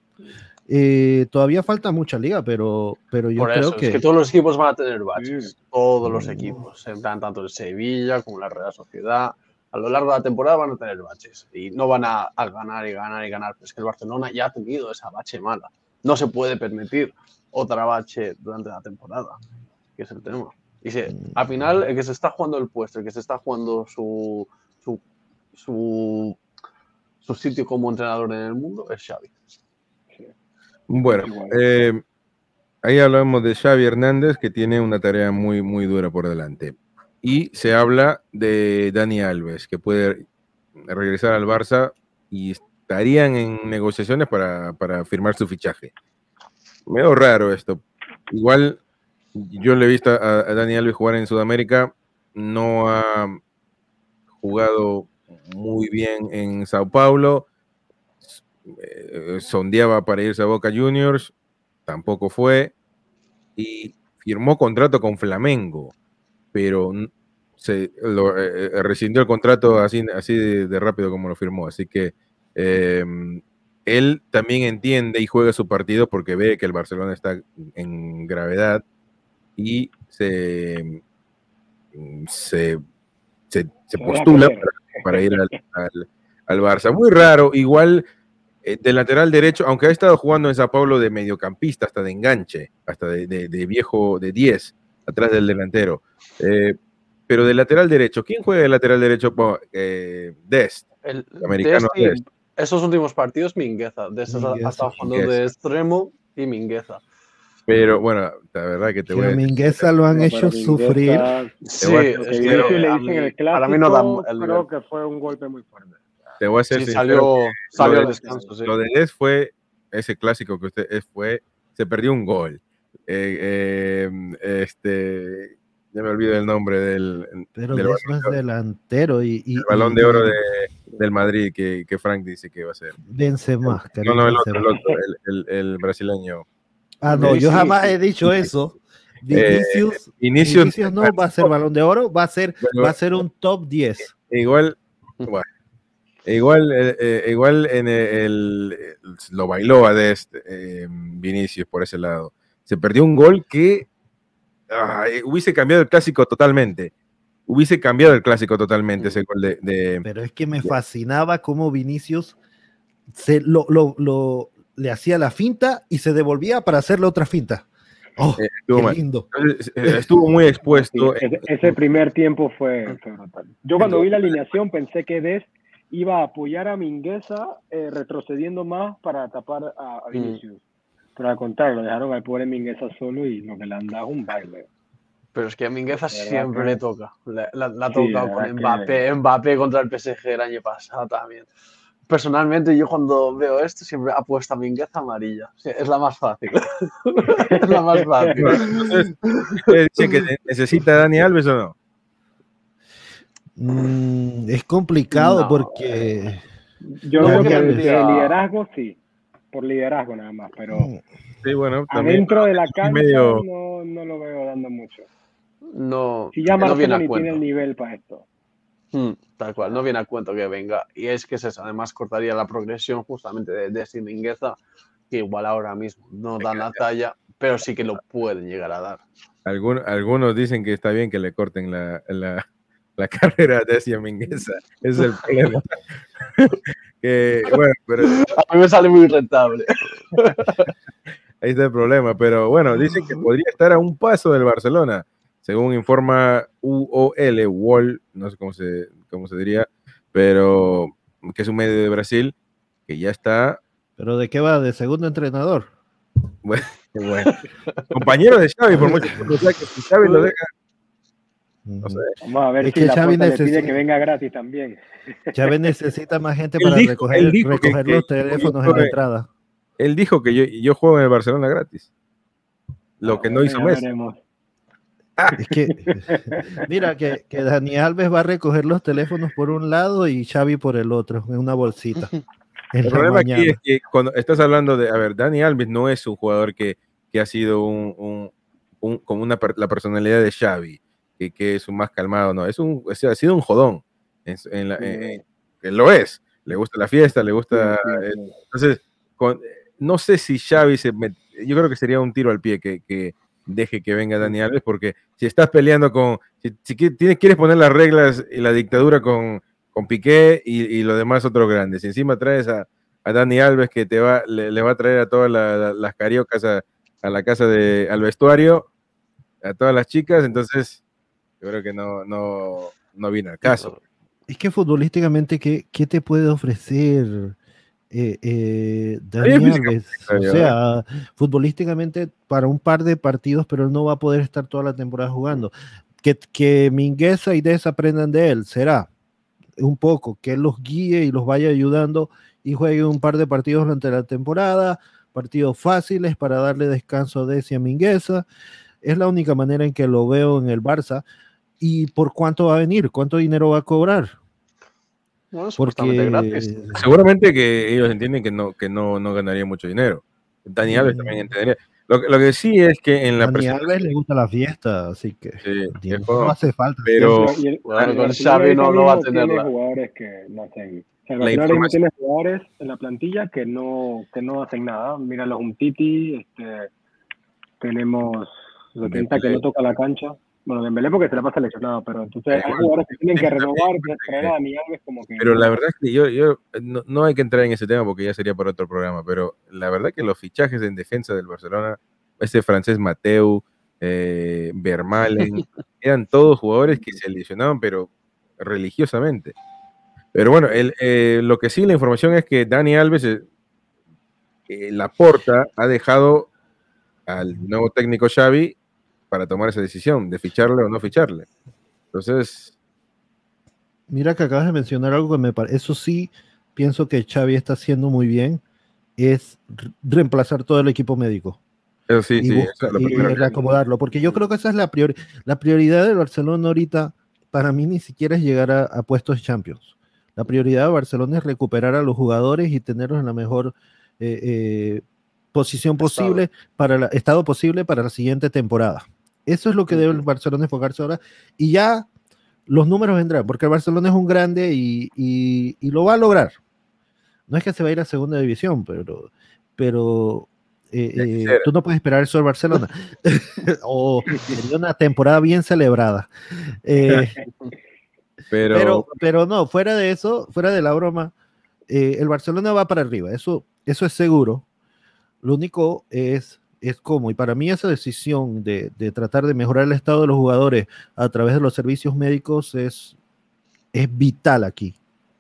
Eh, todavía falta mucha liga, pero, pero yo Por creo eso, que, es que todos los equipos van a tener baches. Sí. Todos los Mm. equipos. En plan, tanto el Sevilla como la Real Sociedad. A lo largo de la temporada van a tener baches. Y no van a, a ganar y ganar y ganar. Pero es que el Barcelona ya ha tenido esa bache mala. No se puede permitir otra bache durante la temporada. Que es el tema. Y si, al final, el que se está jugando el puesto, el que se está jugando su, su, su, su sitio como entrenador en el mundo es Xavi. Bueno, Igual. eh, ahí hablamos de Xavi Hernández, que tiene una tarea muy, muy dura por delante. Y se habla de Dani Alves, que puede regresar al Barça y estarían en negociaciones para, para firmar su fichaje. Medio raro esto. Igual yo le he visto a, a Dani Alves jugar en Sudamérica, no ha jugado muy bien en Sao Paulo, eh, sondeaba para irse a Boca Juniors, tampoco fue, y firmó contrato con Flamengo, pero n- se lo, eh, eh, rescindió el contrato así, así de, de rápido como lo firmó. Así que eh, él también entiende y juega su partido porque ve que el Barcelona está en gravedad y se, se, se, se postula para, para ir al, al, al Barça. Muy raro, igual eh, de lateral derecho, aunque ha estado jugando en Sao Paulo de mediocampista, hasta de enganche, hasta de, de, de viejo de diez, atrás del delantero. Eh, pero de lateral derecho, ¿quién juega de lateral derecho? Bueno, eh, Dest, El, el americano Desti, Dest. esos últimos partidos, Mingueza. De esos ha- ha Mingueza, estado jugando Mingueza. de extremo y Mingueza. Pero bueno, la verdad que te que voy a a decir, Mingueza lo han No, hecho pero sufrir. Mingueza, Sí, voy a- es lo que que Vinicius le a dicen en mí- el clásico, para mí no da el creo nivel. que fue un golpe muy fuerte. te voy a ser Sí, sincero, salió, salió lo al de- descanso, sí. lo de Dest fue ese clásico que usted es, fue, se perdió un gol. Eh, eh, este, ya me olvido el nombre del, Pero del Dest no es delantero y, y, el balón y- de oro y de, del Madrid que, que Frank dice que va a ser. Benzema, No, Karim no, el otro, Benzema. el, otro, el, el, el brasileño. Ah, no, Sí, yo sí, jamás sí. he dicho eso. Vinicius, Vinicius- Vinicius no va a ser balón de oro, va a ser, Pero- va a ser un top diez. Igual, bueno, igual, eh, eh, igual en el, el- lo bailó a Dest, eh, Vinicius por ese lado. Se perdió un gol que ah, eh, hubiese cambiado el clásico totalmente. Hubiese cambiado el clásico totalmente ese gol de, de- Pero es que me fascinaba cómo Vinicius se lo, lo- lo- le hacía la finta y se devolvía para hacerle otra finta. Oh, eh, estuvo qué mal. lindo. Entonces, eh, estuvo muy Sí, expuesto. ese, ese primer tiempo fue, fue brutal. Yo cuando vi la alineación pensé que Dest iba a apoyar a Mingueza eh, retrocediendo más para tapar a, a Vinicius. Pero al contrario, lo dejaron al pobre Mingueza solo y lo que le han dado es un baile. Pero es que a Mingueza De verdad siempre que- le toca. Le, la, la ha Sí, tocado de con verdad Mbappé, que- Mbappé contra el P S G el año pasado también. Personalmente, yo cuando veo esto siempre apuesto a Mingueza amarilla. Sí, es la más fácil. Es la más fácil. Entonces, ¿ustedes dicen que ne- necesita a Dani Alves o no? Mm, es complicado No. porque Yo No, creo Dani que Alves. de liderazgo sí, por liderazgo nada más, pero Sí, bueno, también. adentro de la cancha medio- no, no lo veo dando mucho. No, Si ya no viene Marcelo a ni cuento. tiene el nivel para esto. Mm, tal cual, no viene a cuento que venga. Y es que es eso, además cortaría la progresión justamente de Dest y Mingueza, que igual ahora mismo no dan la talla, pero sí que lo pueden llegar a dar. Algun- algunos dicen que está bien que le corten la, la, la carrera de Decia Mingueza. Ese es el problema. que, bueno, pero A mí me sale muy rentable. Ahí está el problema, pero bueno, dicen que podría estar a un paso del Barcelona, según informa U O L, U O L, no sé cómo se, cómo se diría, pero que es un medio de Brasil, que ya está... ¿Pero de qué va? ¿De segundo entrenador? Bueno, bueno. Compañero de Xavi, por mucho tiempo, o sea, que si Xavi lo deja... No sé. Vamos a ver Es si que la Xavi puerta le necesita- pide que venga gratis también. Xavi necesita más gente Él para dijo- recoger, él dijo que- recoger que- los que- teléfonos que- en la entrada. Él dijo que yo, yo juego en el Barcelona gratis. Lo Ah, que no bueno, hizo ya Messi. veremos. Es que, mira, que, que Dani Alves va a recoger los teléfonos por un lado y Xavi por el otro, en una bolsita. En El la problema aquí mañana. es que cuando estás hablando de, a ver, Dani Alves no es un jugador que, que ha sido un, un, un- como una, per- la personalidad de Xavi, que, que es un más calmado, no, es un, o sea, ha sido un jodón, en, en la- en- en- que lo es, le gusta la fiesta, le gusta, Sí, sí, eh, sí. entonces, con- no sé si Xavi se met- yo creo que sería un tiro al pie que, que deje que venga Dani Alves, porque si estás peleando con, si, si qui- tienes- quieres poner las reglas y la dictadura con, con Piqué y, y lo demás otros grandes, si encima traes a, a Dani Alves que te va, le, le va a traer a todas la- la- las cariocas a, a la casa de, al vestuario, a todas las chicas, entonces yo creo que no, no, no viene al caso. Es que futbolísticamente, ¿qué, qué te puede ofrecer eh, eh, Dani Ahí es Alves? creo O yo, sea, futbolísticamente para un par de partidos, pero él no va a poder estar toda la temporada jugando. Que, que Mingueza y Deza aprendan de él, será un poco, que él los guíe y los vaya ayudando y juegue un par de partidos durante la temporada, partidos fáciles para darle descanso a Deza y a Mingueza. Es la única manera en que lo veo en el Barça. ¿Y por cuánto va a venir? ¿Cuánto dinero va a cobrar? Bueno, supuestamente gratis. Porque Seguramente que ellos entienden que no, que no, no ganaría mucho dinero. Dani Alves también entendería. Lo, que- lo que sí es que en la Dani Alves presentación, le gusta la fiesta, así que sí, dinero es como- no hace falta. pero Y el- Bueno, el con Barcelona Xavi no- ahorita no va a mismo tiene tenerla. jugadores que no hacen. O sea, el La Barcelona ahora mismo información- tiene jugadores en la plantilla que no, que no hacen nada. Mira los Umtiti, este, tenemos setenta que Dembélé. no toca la cancha. Bueno, Dembélé porque se la pasa lesionado, pero entonces Eh, hay bueno, jugadores que tienen que también, renovar, también, traer a Dani Alves como que... pero la verdad es que yo, yo no, no hay que entrar en ese tema porque ya sería para otro programa, pero la verdad que los fichajes en defensa del Barcelona, ese francés Mateu, eh, Vermaelen, eran todos jugadores que se lesionaban, pero religiosamente. Pero bueno, el, eh, lo que sí, la información es que Dani Alves, eh, eh, Laporta, ha dejado al nuevo técnico Xavi para tomar esa decisión de ficharle o no ficharle. Entonces, Mira que acabas de mencionar algo que me parece, eso sí, pienso que Xavi está haciendo muy bien, es re- reemplazar todo el equipo médico eso sí, y, sí, busca- eso es lo y- y primero que- reacomodarlo, porque yo creo que esa es la, priori- la prioridad del Barcelona ahorita, para mí ni siquiera es llegar a, a puestos Champions. La prioridad de Barcelona es recuperar a los jugadores y tenerlos en la mejor eh, eh, posición posible, para la, estado posible para la siguiente temporada. Eso es lo que debe el Barcelona enfocarse ahora, y ya los números vendrán, porque el Barcelona es un grande y, y- y lo va a lograr. No es que se va a ir a segunda división, pero, pero eh, Ya eh, quisiera. tú no puedes esperar eso del Barcelona. O sería una temporada bien celebrada. Eh, pero, pero, pero no, fuera de eso, fuera de la broma, eh, el Barcelona va para arriba, eso, eso es seguro. Lo único es, es cómo, y para mí esa decisión de, de tratar de mejorar el estado de los jugadores a través de los servicios médicos es, es vital aquí.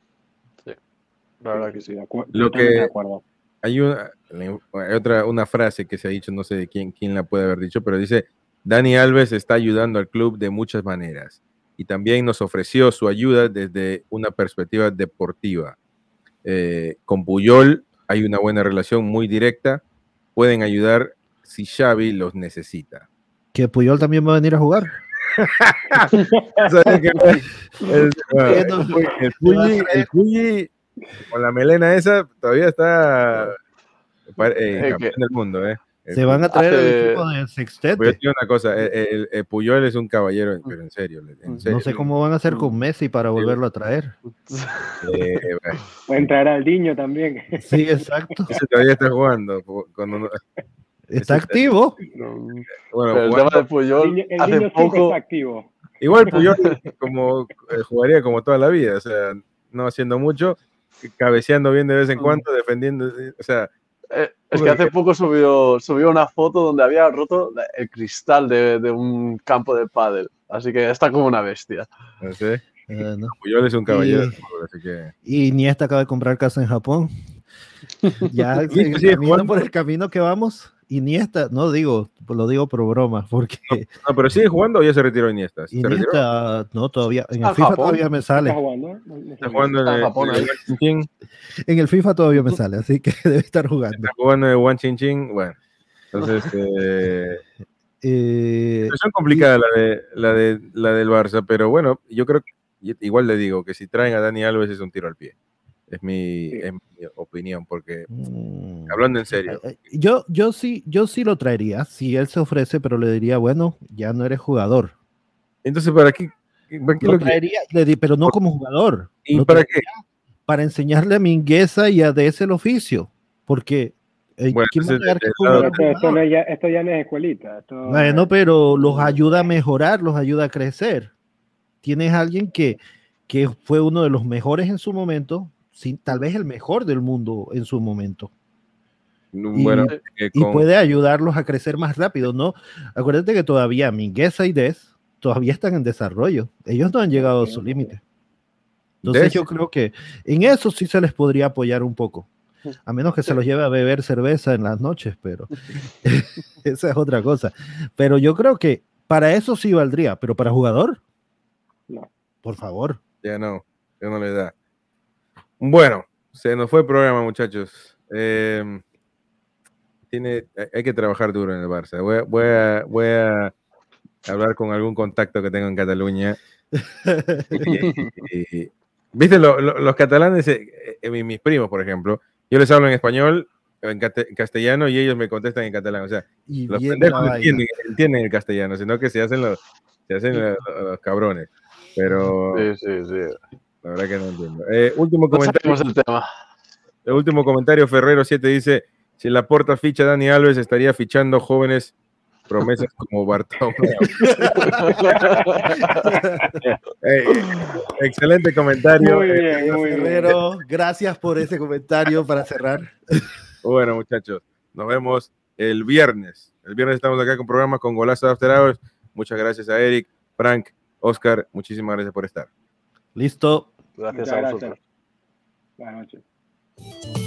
La verdad que sí. de acuerdo, Lo totalmente que- de acuerdo. hay una, hay otra una frase que se ha dicho, no sé de quién, quién la puede haber dicho, pero dice, Dani Alves está ayudando al club de muchas maneras y también nos ofreció su ayuda desde una perspectiva deportiva. Eh, con Puyol hay una buena relación muy directa, pueden ayudar si Xavi los necesita. Que Puyol también va a venir a jugar. ¿Sabes qué? El, bueno, no, el Puyi, el Puyi, con la melena esa, todavía está eh, Eh, campeón que- del mundo, ¿eh? El Se van a traer Hace- el equipo del Pero yo sextete. te digo una cosa, el, el- el Puyol es un caballero, pero en serio, en serio. No sé cómo van a hacer con Messi para volverlo a traer. Eh, bueno, Pueden traer al Diño también. Sí, exacto. ese todavía está jugando. Cuando no- Está activo. No, bueno, pero el jugando- tema de El Puyol, Diño, el hace Diño siempre poco, está activo. igual Puyol como, eh, jugaría como toda la vida, o sea, no haciendo mucho, cabeceando bien de vez en cuando, defendiendo, o sea, Eh, es que hace poco subió, subió una foto donde había roto el cristal de, de un campo de pádel. Así que está como una bestia. No sé. Uh, no. Puyol es un caballero. Y, Así que... y Iniesta acaba de comprar casa en Japón. Ya ¿Sí, el sí, camino, Juan? por el camino que vamos, Iniesta, no digo, lo digo por broma, porque No, no, pero sigue jugando o ya se retiró Iniesta. ¿Se retiró? Iniesta, no, todavía, en ¿Está el en FIFA Japón? todavía me ¿Está sale. jugando? No- no Está sabía. jugando en Está en el, Japón en ahí. el Wan Chin Chin. En el FIFA todavía me sale, así que debe estar jugando. Está jugando en el Wan Chin Chin. Bueno, entonces... Eh... Eh, Situación complicada la de la de la del Barça, pero bueno, yo creo que igual le digo que si traen a Dani Alves es un tiro al pie. Es mi, Sí. es mi opinión, porque mm, hablando en serio, eh, eh, yo, yo sí, yo sí lo traería, si él se ofrece, pero le diría, bueno, ya no eres jugador. entonces ¿para qué, para qué Lo lo quiere? traería, le di- pero no como jugador. ¿Y Lo para traería qué? para enseñarle a Mingueza y a D S el oficio, porque eh, Bueno, ¿quién va a entonces, negar que del fue un lado gran Pero esto, jugador? no es ya, esto ya no es escuelita. Esto Bueno, es- pero los ayuda a mejorar, los ayuda a crecer. Tienes a alguien que, que fue uno de los mejores en su momento, sí, tal vez el mejor del mundo en su momento. Bueno, y, eh, y con, puede ayudarlos a crecer más rápido, ¿no? Acuérdate que todavía Mingueza y Des todavía están en desarrollo. Ellos no han llegado a su límite. Entonces Des, yo creo que en eso sí se les podría apoyar un poco. A menos que se los lleve a beber cerveza en las noches, pero esa es otra cosa. Pero yo creo que para eso sí valdría, pero para jugador, No. por favor. ya no, ya no le da. Bueno, se nos fue el programa, muchachos. Eh, tiene, hay que trabajar duro en el Barça. Voy a, voy a, voy a hablar con algún contacto que tengo en Cataluña. y, y, ¿viste? Lo, lo, los catalanes, eh, eh, mis primos, por ejemplo, yo les hablo en español, en, cate, en castellano, y ellos me contestan en catalán. O sea, y los bien pendejos la entienden, entienden el castellano, sino que se hacen los, se hacen los, los cabrones. Pero Sí, sí, sí. la verdad que no entiendo. Eh, último No comentario. saquemos el tema. El último comentario, Ferrero siete dice: si Laporta ficha a Dani Alves, estaría fichando jóvenes promesas como Bartomeu. eh, excelente comentario. Muy Eh, bien, muy bien. Ferrero, gracias por ese comentario para cerrar. bueno, muchachos, nos vemos el viernes. El viernes estamos acá con programas con Golazo After Hours. Muchas gracias a Eric, Frank, Oscar. Muchísimas gracias por estar. Listo. Gracias Muchas a gracias. vosotros. Buenas noches.